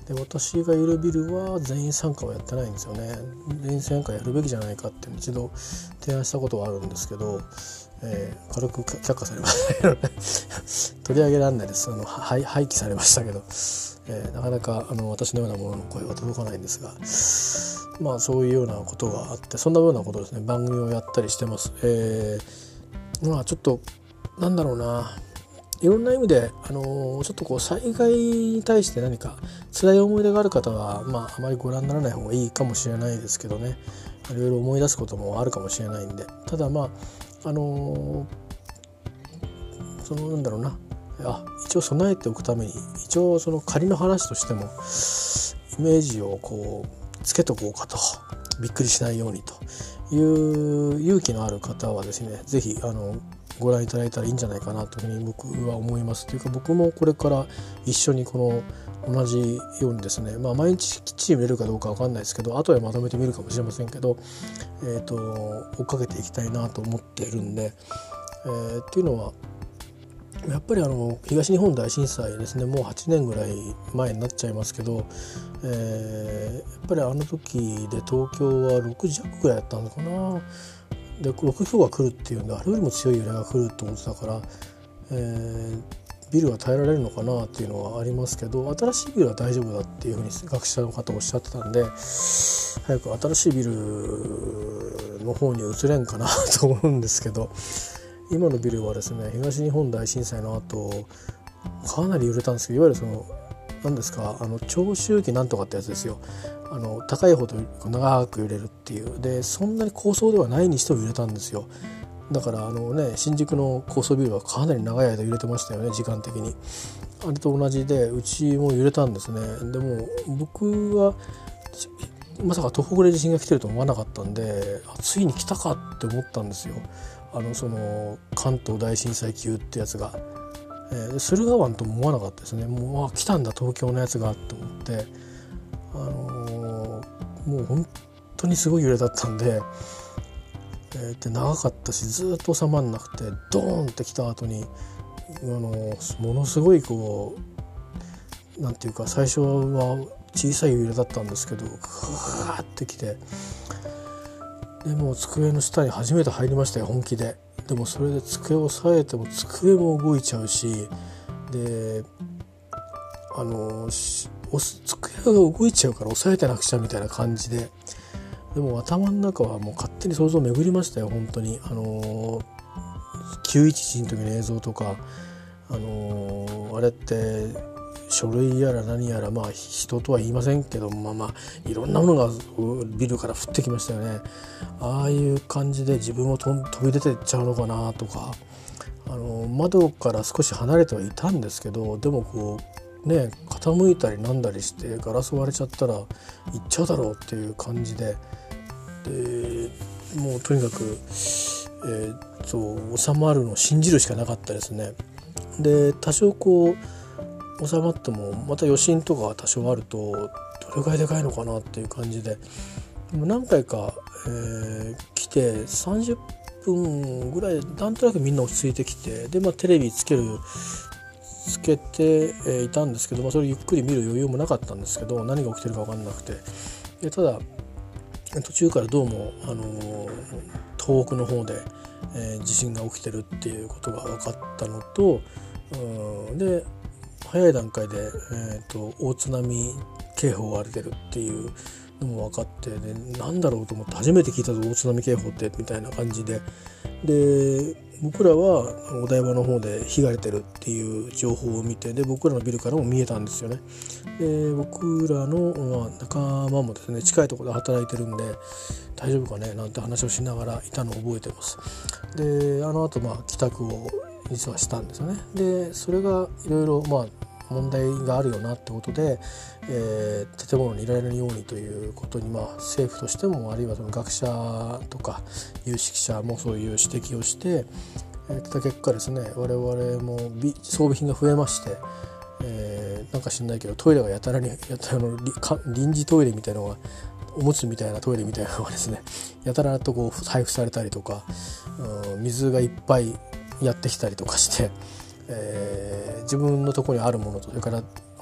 で私がいるビルは全員参加はやってないんですよね。全員参加やるべきじゃないかって一度提案したことはあるんですけど、えー、軽く却下されましたよね取り上げられないです。あの廃棄されましたけど、えー、なかなかあの私のようなものの声は届かないんですが、まあそういうようなことがあって、そんなようなことですね、番組をやったりしてます。えー、まあちょっとなんだろうな、いろんな意味で、あのー、ちょっとこう災害に対して何か辛い思い出がある方は、まあ、あまりご覧にならない方がいいかもしれないですけどね、いろいろ思い出すこともあるかもしれないんで、ただまああのー、そのなんだろうなあ一応備えておくために、一応その仮の話としてもイメージをこうつけとこうかと、びっくりしないようにという勇気のある方はですね、ぜひあのご覧いただいたらいいんじゃないかなというふうに僕は思います。というか僕もこれから一緒にこの同じようにですね、まあ、毎日きっちり見れるかどうか分かんないですけど、後でまとめてみるかもしれませんけど、えーと、追っかけていきたいなと思っているんで、えー、っていうのはやっぱりあの東日本大震災ですね、もうはちねんぐらい前になっちゃいますけど、えー、やっぱりあの時で東京はろく弱ぐらいだったのかな。でろく強が来るっていうんで、あれよりも強い揺れが来ると思ってたから、えー、ビルは耐えられるのかなっていうのはありますけど、新しいビルは大丈夫だっていうふうに学者の方おっしゃってたんで、早く新しいビルの方に移れんかなと思うんですけど、今のビルはですね、東日本大震災の後かなり揺れたんですけど、いわゆるその何ですか、あの長周期なんとかってやつですよ。あの高いほど長く揺れるっていう。でそんなに高層ではないにしても揺れたんですよ。だからあのね、新宿の高層ビルはかなり長い間揺れてましたよね、時間的に。あれと同じでうちも揺れたんですね。でも僕はまさか東北で地震が来てると思わなかったんで、ついに来たかって思ったんですよ。あのその関東大震災級ってやつが、えー、駿河湾とも思わなかったですね。もうあ来たんだ東京のやつがと思って、あのー、もう本当にすごい揺れだったんで、えー、で長かったしずっと収まらなくて、ドーンって来た後に、あのー、ものすごいこうなんていうか、最初は小さい揺れだったんですけど、グワーって来て、でもう机の下に初めて入りましたよ、本気で。でもそれで机を押さえても机も動いちゃうし、であの机が動いちゃうから押さえてなくちゃみたいな感じで、でも頭の中はもう勝手に想像巡りましたよ、本当に。あのきゅういちいちの時の映像とか、あのあれって書類やら何やら、まあ人とは言いませんけど、まあまあいろんなものがビルから降ってきましたよね。ああいう感じで自分を飛び出てっちゃうのかなとか、あの窓から少し離れてはいたんですけど、でもこうね、傾いたりなんだりしてガラス割れちゃったら行っちゃうだろうっていう感じで、でもうとにかく、えー、そう収まるのを信じるしかなかったですね。で多少こう収まってもまた余震とかが多少あるとどれぐらいでかいのかなっていう感じで、でも何回か、えー、来てさんじゅっぷんぐらいでなんとなくみんな落ち着いてきて、で、まあ、テレビつけるつけて、えー、いたんですけど、まあ、それゆっくり見る余裕もなかったんですけど、何が起きてるか分かんなくて、でただ途中からどうも、あのー、東北の方で、えー、地震が起きてるっていうことが分かったのと、うんで早い段階で、えー、と大津波警報が出てるっていうのも分かって、でなんだろうと思って初めて聞いたぞ大津波警報ってみたいな感じで、で僕らはお台場の方で火が出てるっていう情報を見て、で僕らのビルからも見えたんですよね。で僕らの、まあ、仲間もですね近いところで働いてるんで大丈夫かねなんて話をしながらいたのを覚えてます。であの後まあ帰宅を実はしたんですよね。でそれがいろいろまあ問題があるよなってことで、えー、建物にいられるようにということに、まあ、政府としてもあるいはその学者とか有識者もそういう指摘をして、えー、た結果ですね我々も装備品が増えまして、えー、なんか知んないけどトイレがやたらにやたらの臨時トイレみたいなのがおむつみたいなトイレみたいなのがですねやたらとこう配布されたりとか、うん、水がいっぱいやってきたりとかして、えー、自分のところにあるものとそれから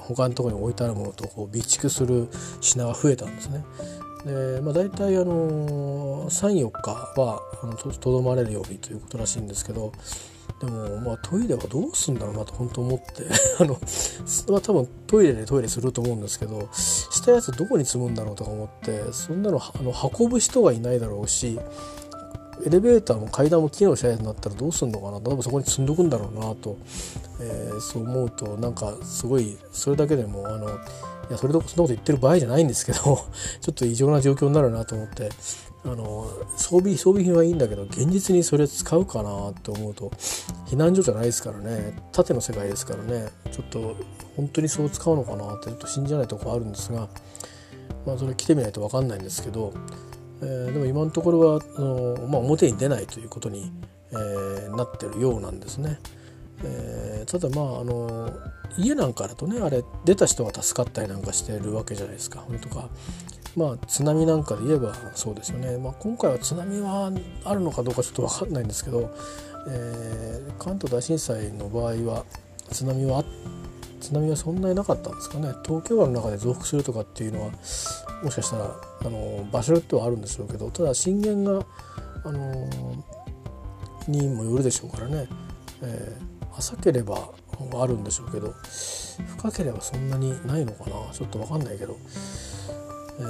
他のところに置いてあるものとこう備蓄する品が増えたんですね。で、まあ、大体あのさん、よっかはあの と, とどまれるようにということらしいんですけど、でもまあトイレはどうするんだろうなと本当思ってあの、まあ、多分トイレでトイレすると思うんですけど、したやつどこに積むんだろうとか思って、そんなの、あの運ぶ人がいないだろうし、エレベーターも階段も機能しないやつになったらどうするのかな、例えばそこに積んどくんだろうなと、えー、そう思うとなんかすごいそれだけでもあのいやそれとそんなこと言ってる場合じゃないんですけどちょっと異常な状況になるなと思って、あの装備装備品はいいんだけど現実にそれ使うかなと思うと、避難所じゃないですからね、縦の世界ですからね、ちょっと本当にそう使うのかなってちょっと信じないところあるんですが、まあそれ来てみないと分かんないんですけど、えー、でも今のところはあの、まあ、表に出ないということに、えー、なってるようなんですね。えー、ただまああの家なんかだとね、あれ出た人が助かったりなんかしてるわけじゃないですか。それとかまあ津波なんかで言えばそうですよね。まあ、今回は津波はあるのかどうかちょっと分かんないんですけど、えー、関東大震災の場合は津波は津波はそんなになかったんですかね。東京湾の中で増幅するとかっていうのはもしかしたらあの場所によってはあるんでしょうけど、ただ震源があのにもよるでしょうからね、えー、浅ければあるんでしょうけど深ければそんなにないのかな、ちょっと分かんないけど、え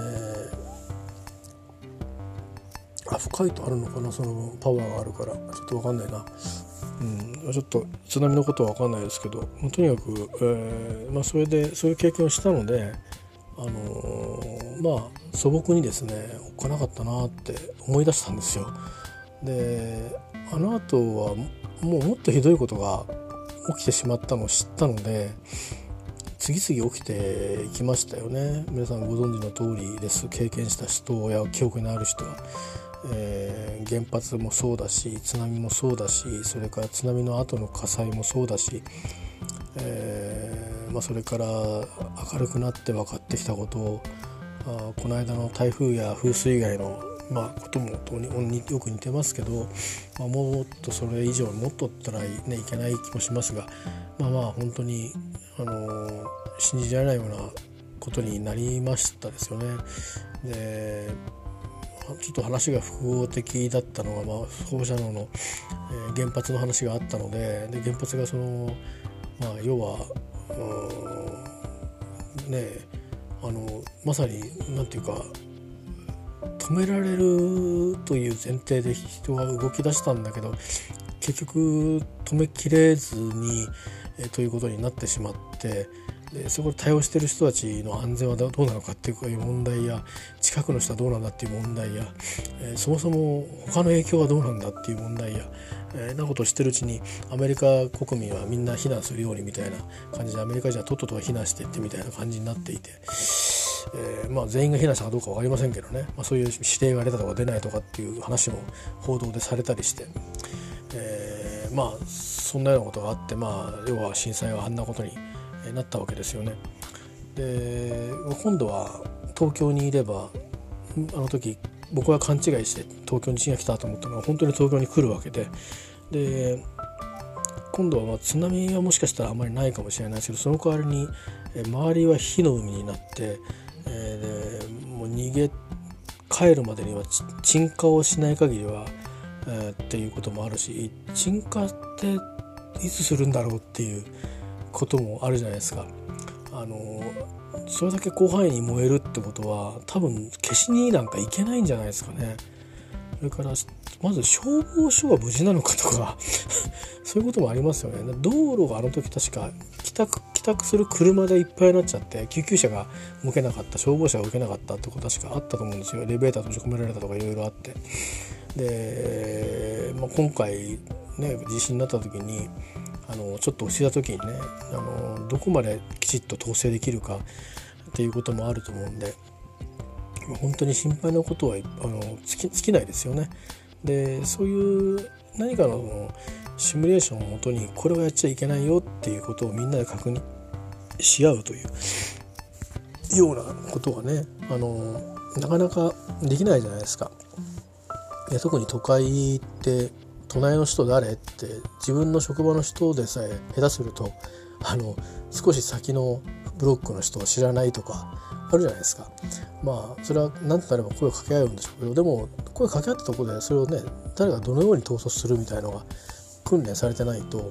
ー、あ深いとあるのかな、そのパワーがあるからちょっと分かんないな。うん、ちょっと津波のことは分かんないですけど、とにかく、えーまあ、それでそういう経験をしたので、あのー、まあ素朴にですねおっかなかったなって思い出したんですよ。であの後はもうもっとひどいことが起きてしまったのを知ったので、次々起きていきましたよね。皆さんご存知の通りです。経験した人や記憶のある人は、えー、原発もそうだし津波もそうだし、それから津波の後の火災もそうだし、えーまあ、それから明るくなって分かってきたことを、あこの間の台風や風水以外の、まあ、こともよく似てますけど、まあ、もっとそれ以上もっとったら、ね、いけない気もしますが、まあまあ本当に、あのー、信じられないようなことになりましたですよね。でちょっと話が複合的だったのは、まあ、放射能の、えー、原発の話があったの で, で原発がその、まあ、要はねあのまさになんていうか止められるという前提で人が動き出したんだけど結局止めきれずに、えー、ということになってしまって、でそこで対応している人たちの安全はどうなのかっていう問題や、近くの人はどうなんだっていう問題や、えー、そもそも他の影響はどうなんだっていう問題や、えー、なことをしてるうちにアメリカ国民はみんな避難するようにみたいな感じで、アメリカ人はとっとと避難していってみたいな感じになっていて、えーまあ、全員が避難したかどうか分かりませんけどね、まあ、そういう指定が出たとか出ないとかっていう話も報道でされたりして、えー、まあそんなようなことがあって、まあ、要は震災はあんなことになったわけですよね。で今度は東京にいれば、あの時僕は勘違いして東京に地震が来たと思ったのは本当に東京に来るわけで、で今度はまあ津波はもしかしたらあまりないかもしれないですけど、その代わりに周りは火の海になって、えー、でもう逃げ帰るまでには鎮火をしない限りは、えー、っていうこともあるし、鎮火っていつするんだろうっていうこともあるじゃないですか。あのそれだけ広範囲に燃えるってことは多分消しになんかいけないんじゃないですかね。それからまず消防署が無事なのかとかそういうこともありますよね。道路があの時確か帰宅帰宅する車でいっぱいになっちゃって救急車が動けなかった、消防車が動けなかったってこと確かあったと思うんですよ。エレベーター閉じ込められたとかいろいろあって、で、まあ、今回ね地震になった時にあのちょっと落ちた時にね、あのどこまできちっと統制できるかっていうこともあると思うんで、本当に心配なことはあの尽き、尽きないですよね。でそういう何かのシミュレーションをもとにこれはやっちゃいけないよっていうことをみんなで確認し合うというようなことがね、あのなかなかできないじゃないですか。いや特に都会って隣の人誰って自分の職場の人でさえ下手するとあの少し先のブロックの人を知らないとかあるじゃないですか。まあそれは何となれば声を掛け合うんでしょうけど、でも声を掛け合ったところでそれをね誰がどのように統率するみたいなのが訓練されてないと、うん、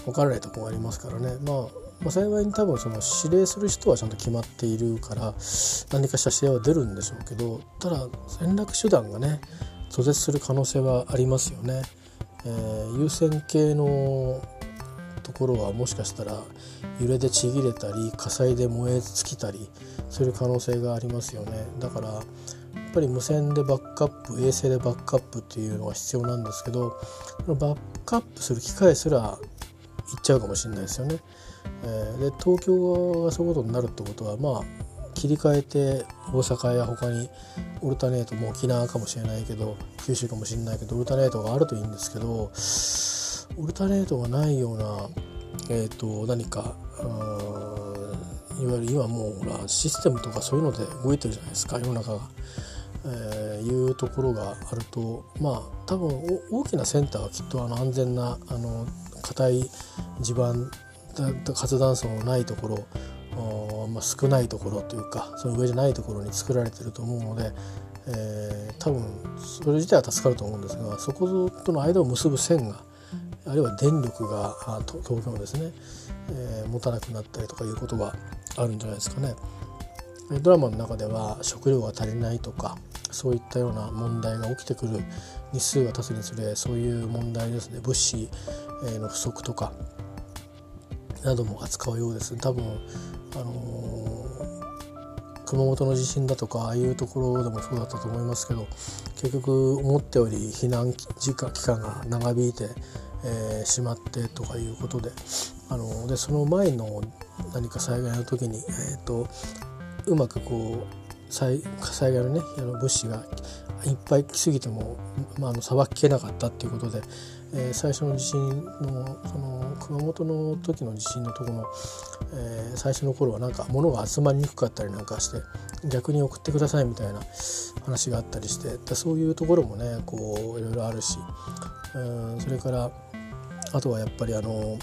分からないところがありますからね。まあまあ、幸いに多分その指令する人はちゃんと決まっているから何かした指令は出るんでしょうけど、ただ連絡手段がね途絶する可能性はありますよね。えー、有線系のところはもしかしたら揺れでちぎれたり火災で燃え尽きたりそういう可能性がありますよね。だからやっぱり無線でバックアップ、衛星でバックアップっていうのが必要なんですけど、バックアップする機会すらいっちゃうかもしれないですよね。えー、で東京側がそういうことになるってことは、まあ切り替えて大阪や他にオルタネートも沖縄かもしれないけど九州かもしれないけどオルタネートがあるといいんですけど、オルタネートがないような、えー、と何かいわゆる今もうほらシステムとかそういうので動いてるじゃないですか世の中が、えー、いうところがあると、まあ多分大きなセンターはきっとあの安全なあの硬い地盤活断層のないところ、まあ、少ないところというかその上じゃないところに作られてると思うので、えー、多分それ自体は助かると思うんですが、そことの間を結ぶ線があるいは電力が東京のですね、えー、持たなくなったりとかいうことがあるんじゃないですかね。ドラマの中では食料が足りないとかそういったような問題が起きてくる日数が経つにつれそういう問題ですね、物資の不足とかなども扱うようです。多分、あのー、熊本の地震だとかああいうところでもそうだったと思いますけど、結局思ったより避難時間期間が長引いて、えー、しまってとかいうことで、あのー、でその前の何か災害の時に、えーと、うまくこう 災, 災害のねあの物資がいっぱい来すぎても、まあ、あのさばききれなかったっていうことで、えー、最初の地震のその熊本の時の地震のところの、えー、最初の頃はなんか物が集まりにくかったりなんかして逆に送ってくださいみたいな話があったりして、でそういうところもねこういろいろあるし、うんそれからあとはやっぱりあの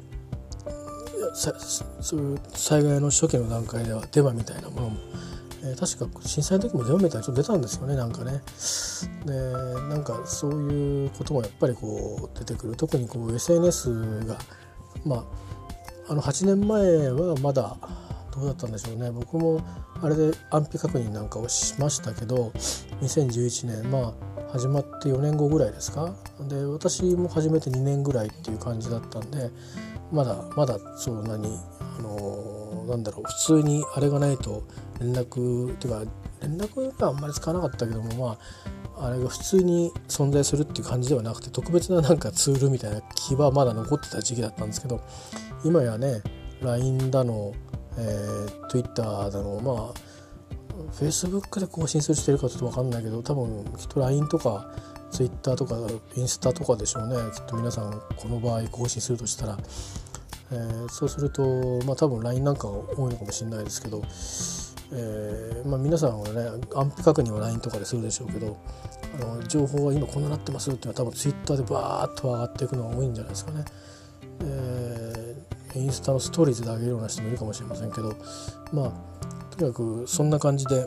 そういう災害の初期の段階ではデマみたいなものも、えー、確か震災の時もデマみたいな人出たんですよねなんかね。でなんかそういうこともやっぱりこう出てくる。特にこう エスエヌエス がまああのはちねんまえはまだどうだったんでしょうね。僕もあれで安否確認なんかをしましたけどにせんじゅういちねんまあ始まってよねんごぐらいですか。で私も始めてにねんぐらいっていう感じだったんでまだまだそんなにあのなんだろう普通にあれがないと連絡っていうか連絡があんまりつかなかったけども、まああれが普通に存在するっていう感じではなくて特別ななんかツールみたいな気はまだ残ってた時期だったんですけど、今やね ライン だの、えー、Twitter だのまあ Facebook で更新するしてるかちょっと分かんないけど多分きっと ライン とか Twitter とかインスタとかでしょうね。きっと皆さんこの場合更新するとしたら、えー、そうするとまあ多分 ライン なんかが多いのかもしれないですけど、えーまあ、皆さんはね安否確認は ライン とかでするでしょうけどあの情報は今こんななってますっていうのは多分 Twitter でバーッと上がっていくのが多いんじゃないですかね。えー、インスタのストーリーズで上げるような人もいるかもしれませんけど、まあとにかくそんな感じで、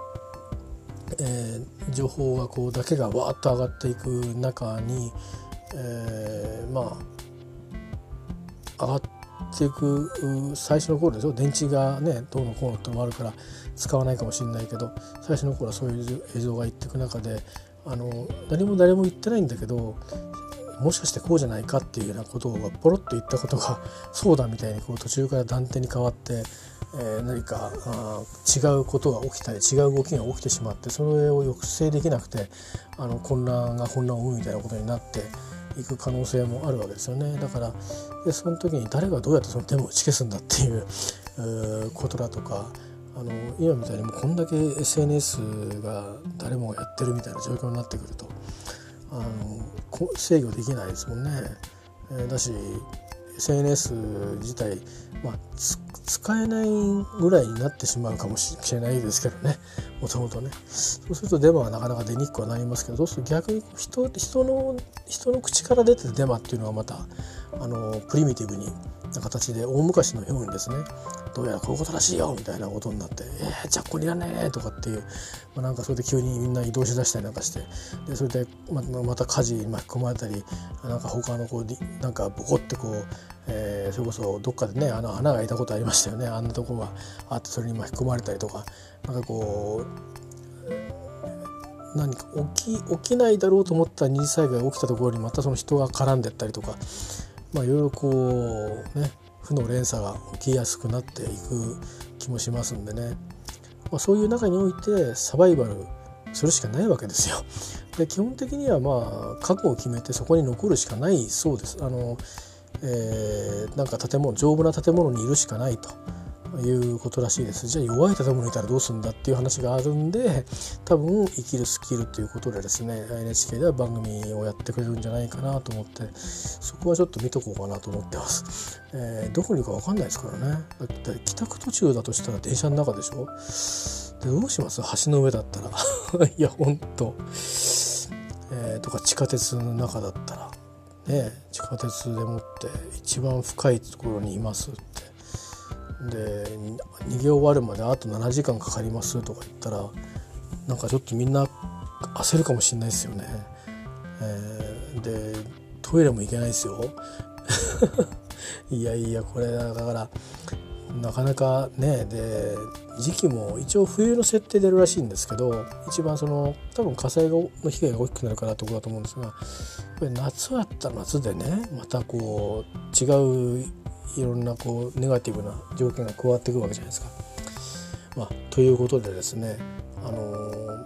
えー、情報がこうだけがわーっと上がっていく中に、えー、まあ上がっていく最初の頃でしょ。電池がねどうのこうのってのもあるから使わないかもしれないけど最初の頃はそういう映像がいっていく中であの何も誰も言ってないんだけどもしかしてこうじゃないかっていうようなことをポロッと言ったことがそうだみたいにこう途中から断定に変わって、えー、何かあ違うことが起きたり違う動きが起きてしまってそれを抑制できなくてあの混乱が混乱を生むみたいなことになっていく可能性もあるわけですよね。だからでその時に誰がどうやってそのデモを打ち消すんだっていう、えー、ことだとかあの今みたいにもうこんだけ エスエヌエス が誰もがやってるみたいな状況になってくるとあの制御できないですもんね。えー、だし エスエヌエス 自体、まあ、使えないぐらいになってしまうかもしれないですけどねもともとね。そうするとデマはなかなか出にくくはなりますけどそうすると逆に 人, 人, の人の口から出てるデマっていうのはまたああのプリミティブにな形で大昔のようにですね、どうやらこういうことらしいよみたいなことになって、えー、じゃあここにいらないねとかっていう、まあ、なんかそれで急にみんな移動しだしたりなんかして、でそれで ま, また火事に巻き込まれたり、なんか他のこうなんかボコってこう、えー、それこそどっかでねあの穴が開いたことありましたよね。あんなところがあってそれに巻き込まれたりとか、なんかこう何か起き起きないだろうと思った二次災害が起きたところにまたその人が絡んでったりとか、まあいろいろこうね負の連鎖が起きやすくなっていく気もしますんでね、まあ、そういう中においてサバイバルするしかないわけですよ。で基本的にはまあ覚悟を決めてそこに残るしかないそうです。あの、えー、なんか建物丈夫な建物にいるしかないということらしいです。じゃあ弱い建物にいたらどうするんだっていう話があるんで、多分生きるスキルということでですね エヌエイチケー では番組をやってくれるんじゃないかなと思って、そこはちょっと見とこうかなと思ってます。えー、どこにいるか分かんないですからね。だって帰宅途中だとしたら電車の中でしょ。でどうします？橋の上だったらいやほんと、えー、とか地下鉄の中だったらね、地下鉄でもって一番深いところにいますってで逃げ終わるまであとななじかんかかりますとか言ったら、なんかちょっとみんな焦るかもしれないですよね。えー、でトイレも行けないですよいやいやこれだからなかなかね、で時期も一応冬の設定であるらしいんですけど、一番その多分火災の被害が大きくなるからってことだと思うんですが、これ夏はあったら夏でねまたこう違ういろんなこうネガティブな条件が加わってくるわけじゃないですか。まあ、ということでですね、あのー、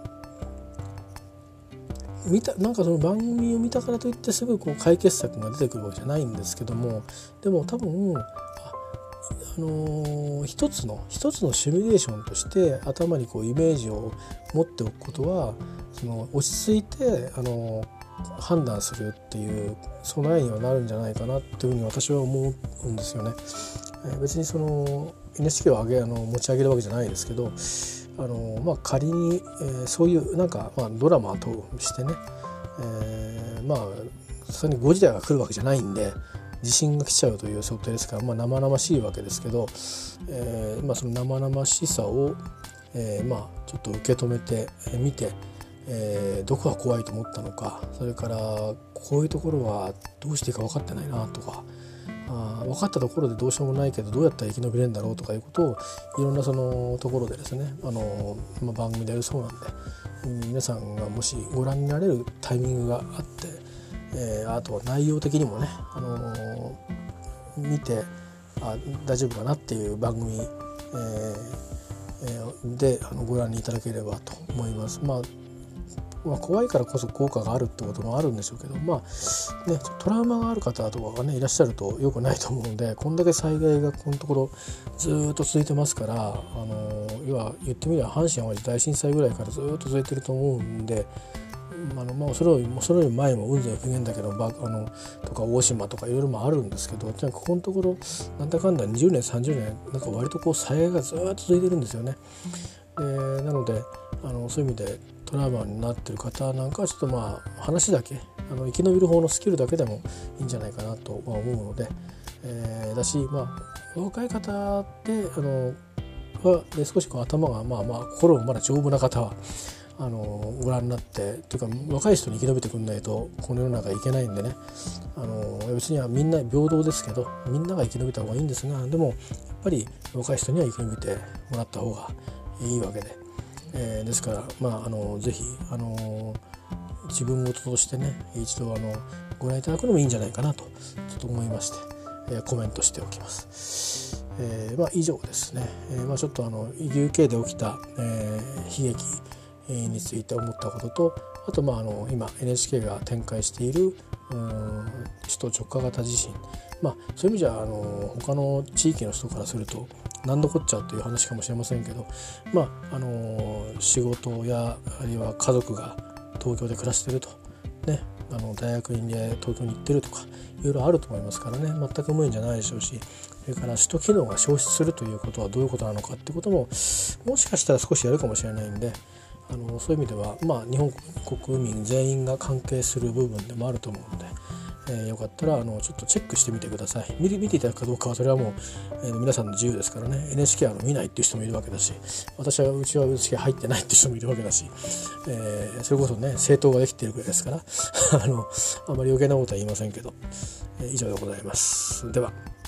見たなんかその番組を見たからといってすぐこう解決策が出てくるわけじゃないんですけども、でも多分あ、あのー、一つの一つのシミュレーションとして頭にこうイメージを持っておくことは、その落ち着いて、あのー判断するっていう備えにはなるんじゃないかなっていうふうに私は思うんですよね。えー、別にその エヌエイチケー を上げあの持ち上げるわけじゃないですけど、あの、まあ、仮に、えー、そういうなんか、まあ、ドラマとしてね、えー、まあそれにご時代が来るわけじゃないんで地震が来ちゃうという想定ですから、まあ、生々しいわけですけど、えーまあ、その生々しさを、えーまあ、ちょっと受け止めてみて、えー、どこが怖いと思ったのか、それからこういうところはどうしていいか分かってないなとか、あ分かったところでどうしようもないけどどうやったら生き延びれるんだろうとかいうことをいろんなそのところでですね、あの、まあ、番組でやるそうなんで、うん、皆さんがもしご覧になれるタイミングがあって、えー、あとは内容的にもね、あのー、見てあ大丈夫かなっていう番組、えーえー、であのご覧にいただければと思います。まあまあ、怖いからこそ効果があるってこともあるんでしょうけど、まあね、トラウマがある方とかがねいらっしゃると良くないと思うので、こんだけ災害がこのところずっと続いてますから、あの要は言ってみれば阪神・淡路大震災ぐらいからずっと続いてると思うんで、あのまあそれよりもそれより前も雲仙普賢岳のバあのとか大島とかいろいろもあるんですけど、ここのところなんだかんだにじゅうねんさんじゅうねんなんか割とこう災害がずっと続いてるんですよね。でなのであのそういう意味でトラウマになってる方なんかはちょっとまあ話だけあの生き延びる方のスキルだけでもいいんじゃないかなと思うので、えー、だしまあ若い方であのはで少しこう頭がまあまあ心もまだ丈夫な方はあのご覧になってというか若い人に生き延びてくんないとこの世の中いけないんでね、あの別にはみんな平等ですけどみんなが生き延びた方がいいんですが、でもやっぱり若い人には生き延びてもらった方がいいわけで、えー、ですからまああのぜひあの自分事としてね一度あのご覧いただくのもいいんじゃないかなとちょっと思いまして、えー、コメントしておきます。えーまあ、以上ですね。えーまあ、ちょっとあの ユーケー で起きた、えー、悲劇について思ったことと、あとまああの今 エヌエイチケー が展開しているうん首都直下型地震、まあ、そういう意味じゃあの他の地域の人からすると何のこっちゃという話かもしれませんけど、まああの仕事やあるいは家族が東京で暮らしていると、ね、あの大学院で東京に行ってるとかいろいろあると思いますからね、全く無縁じゃないでしょうし、それから首都機能が消失するということはどういうことなのかっていうことももしかしたら少しやるかもしれないんで、あのそういう意味では、まあ、日本国民全員が関係する部分でもあると思うので、 えー、よかったらあのちょっとチェックしてみてください。見見ていただくかどうかはそれはもう、えー、皆さんの自由ですからね。 エヌエイチケー はあの見ないっていう人もいるわけだし、私はうちは エヌエイチケー 入ってないっていう人もいるわけだし、えー、それこそね政党ができているぐらいですからあのあまり余計なことは言いませんけど、えー、以上でございます。では。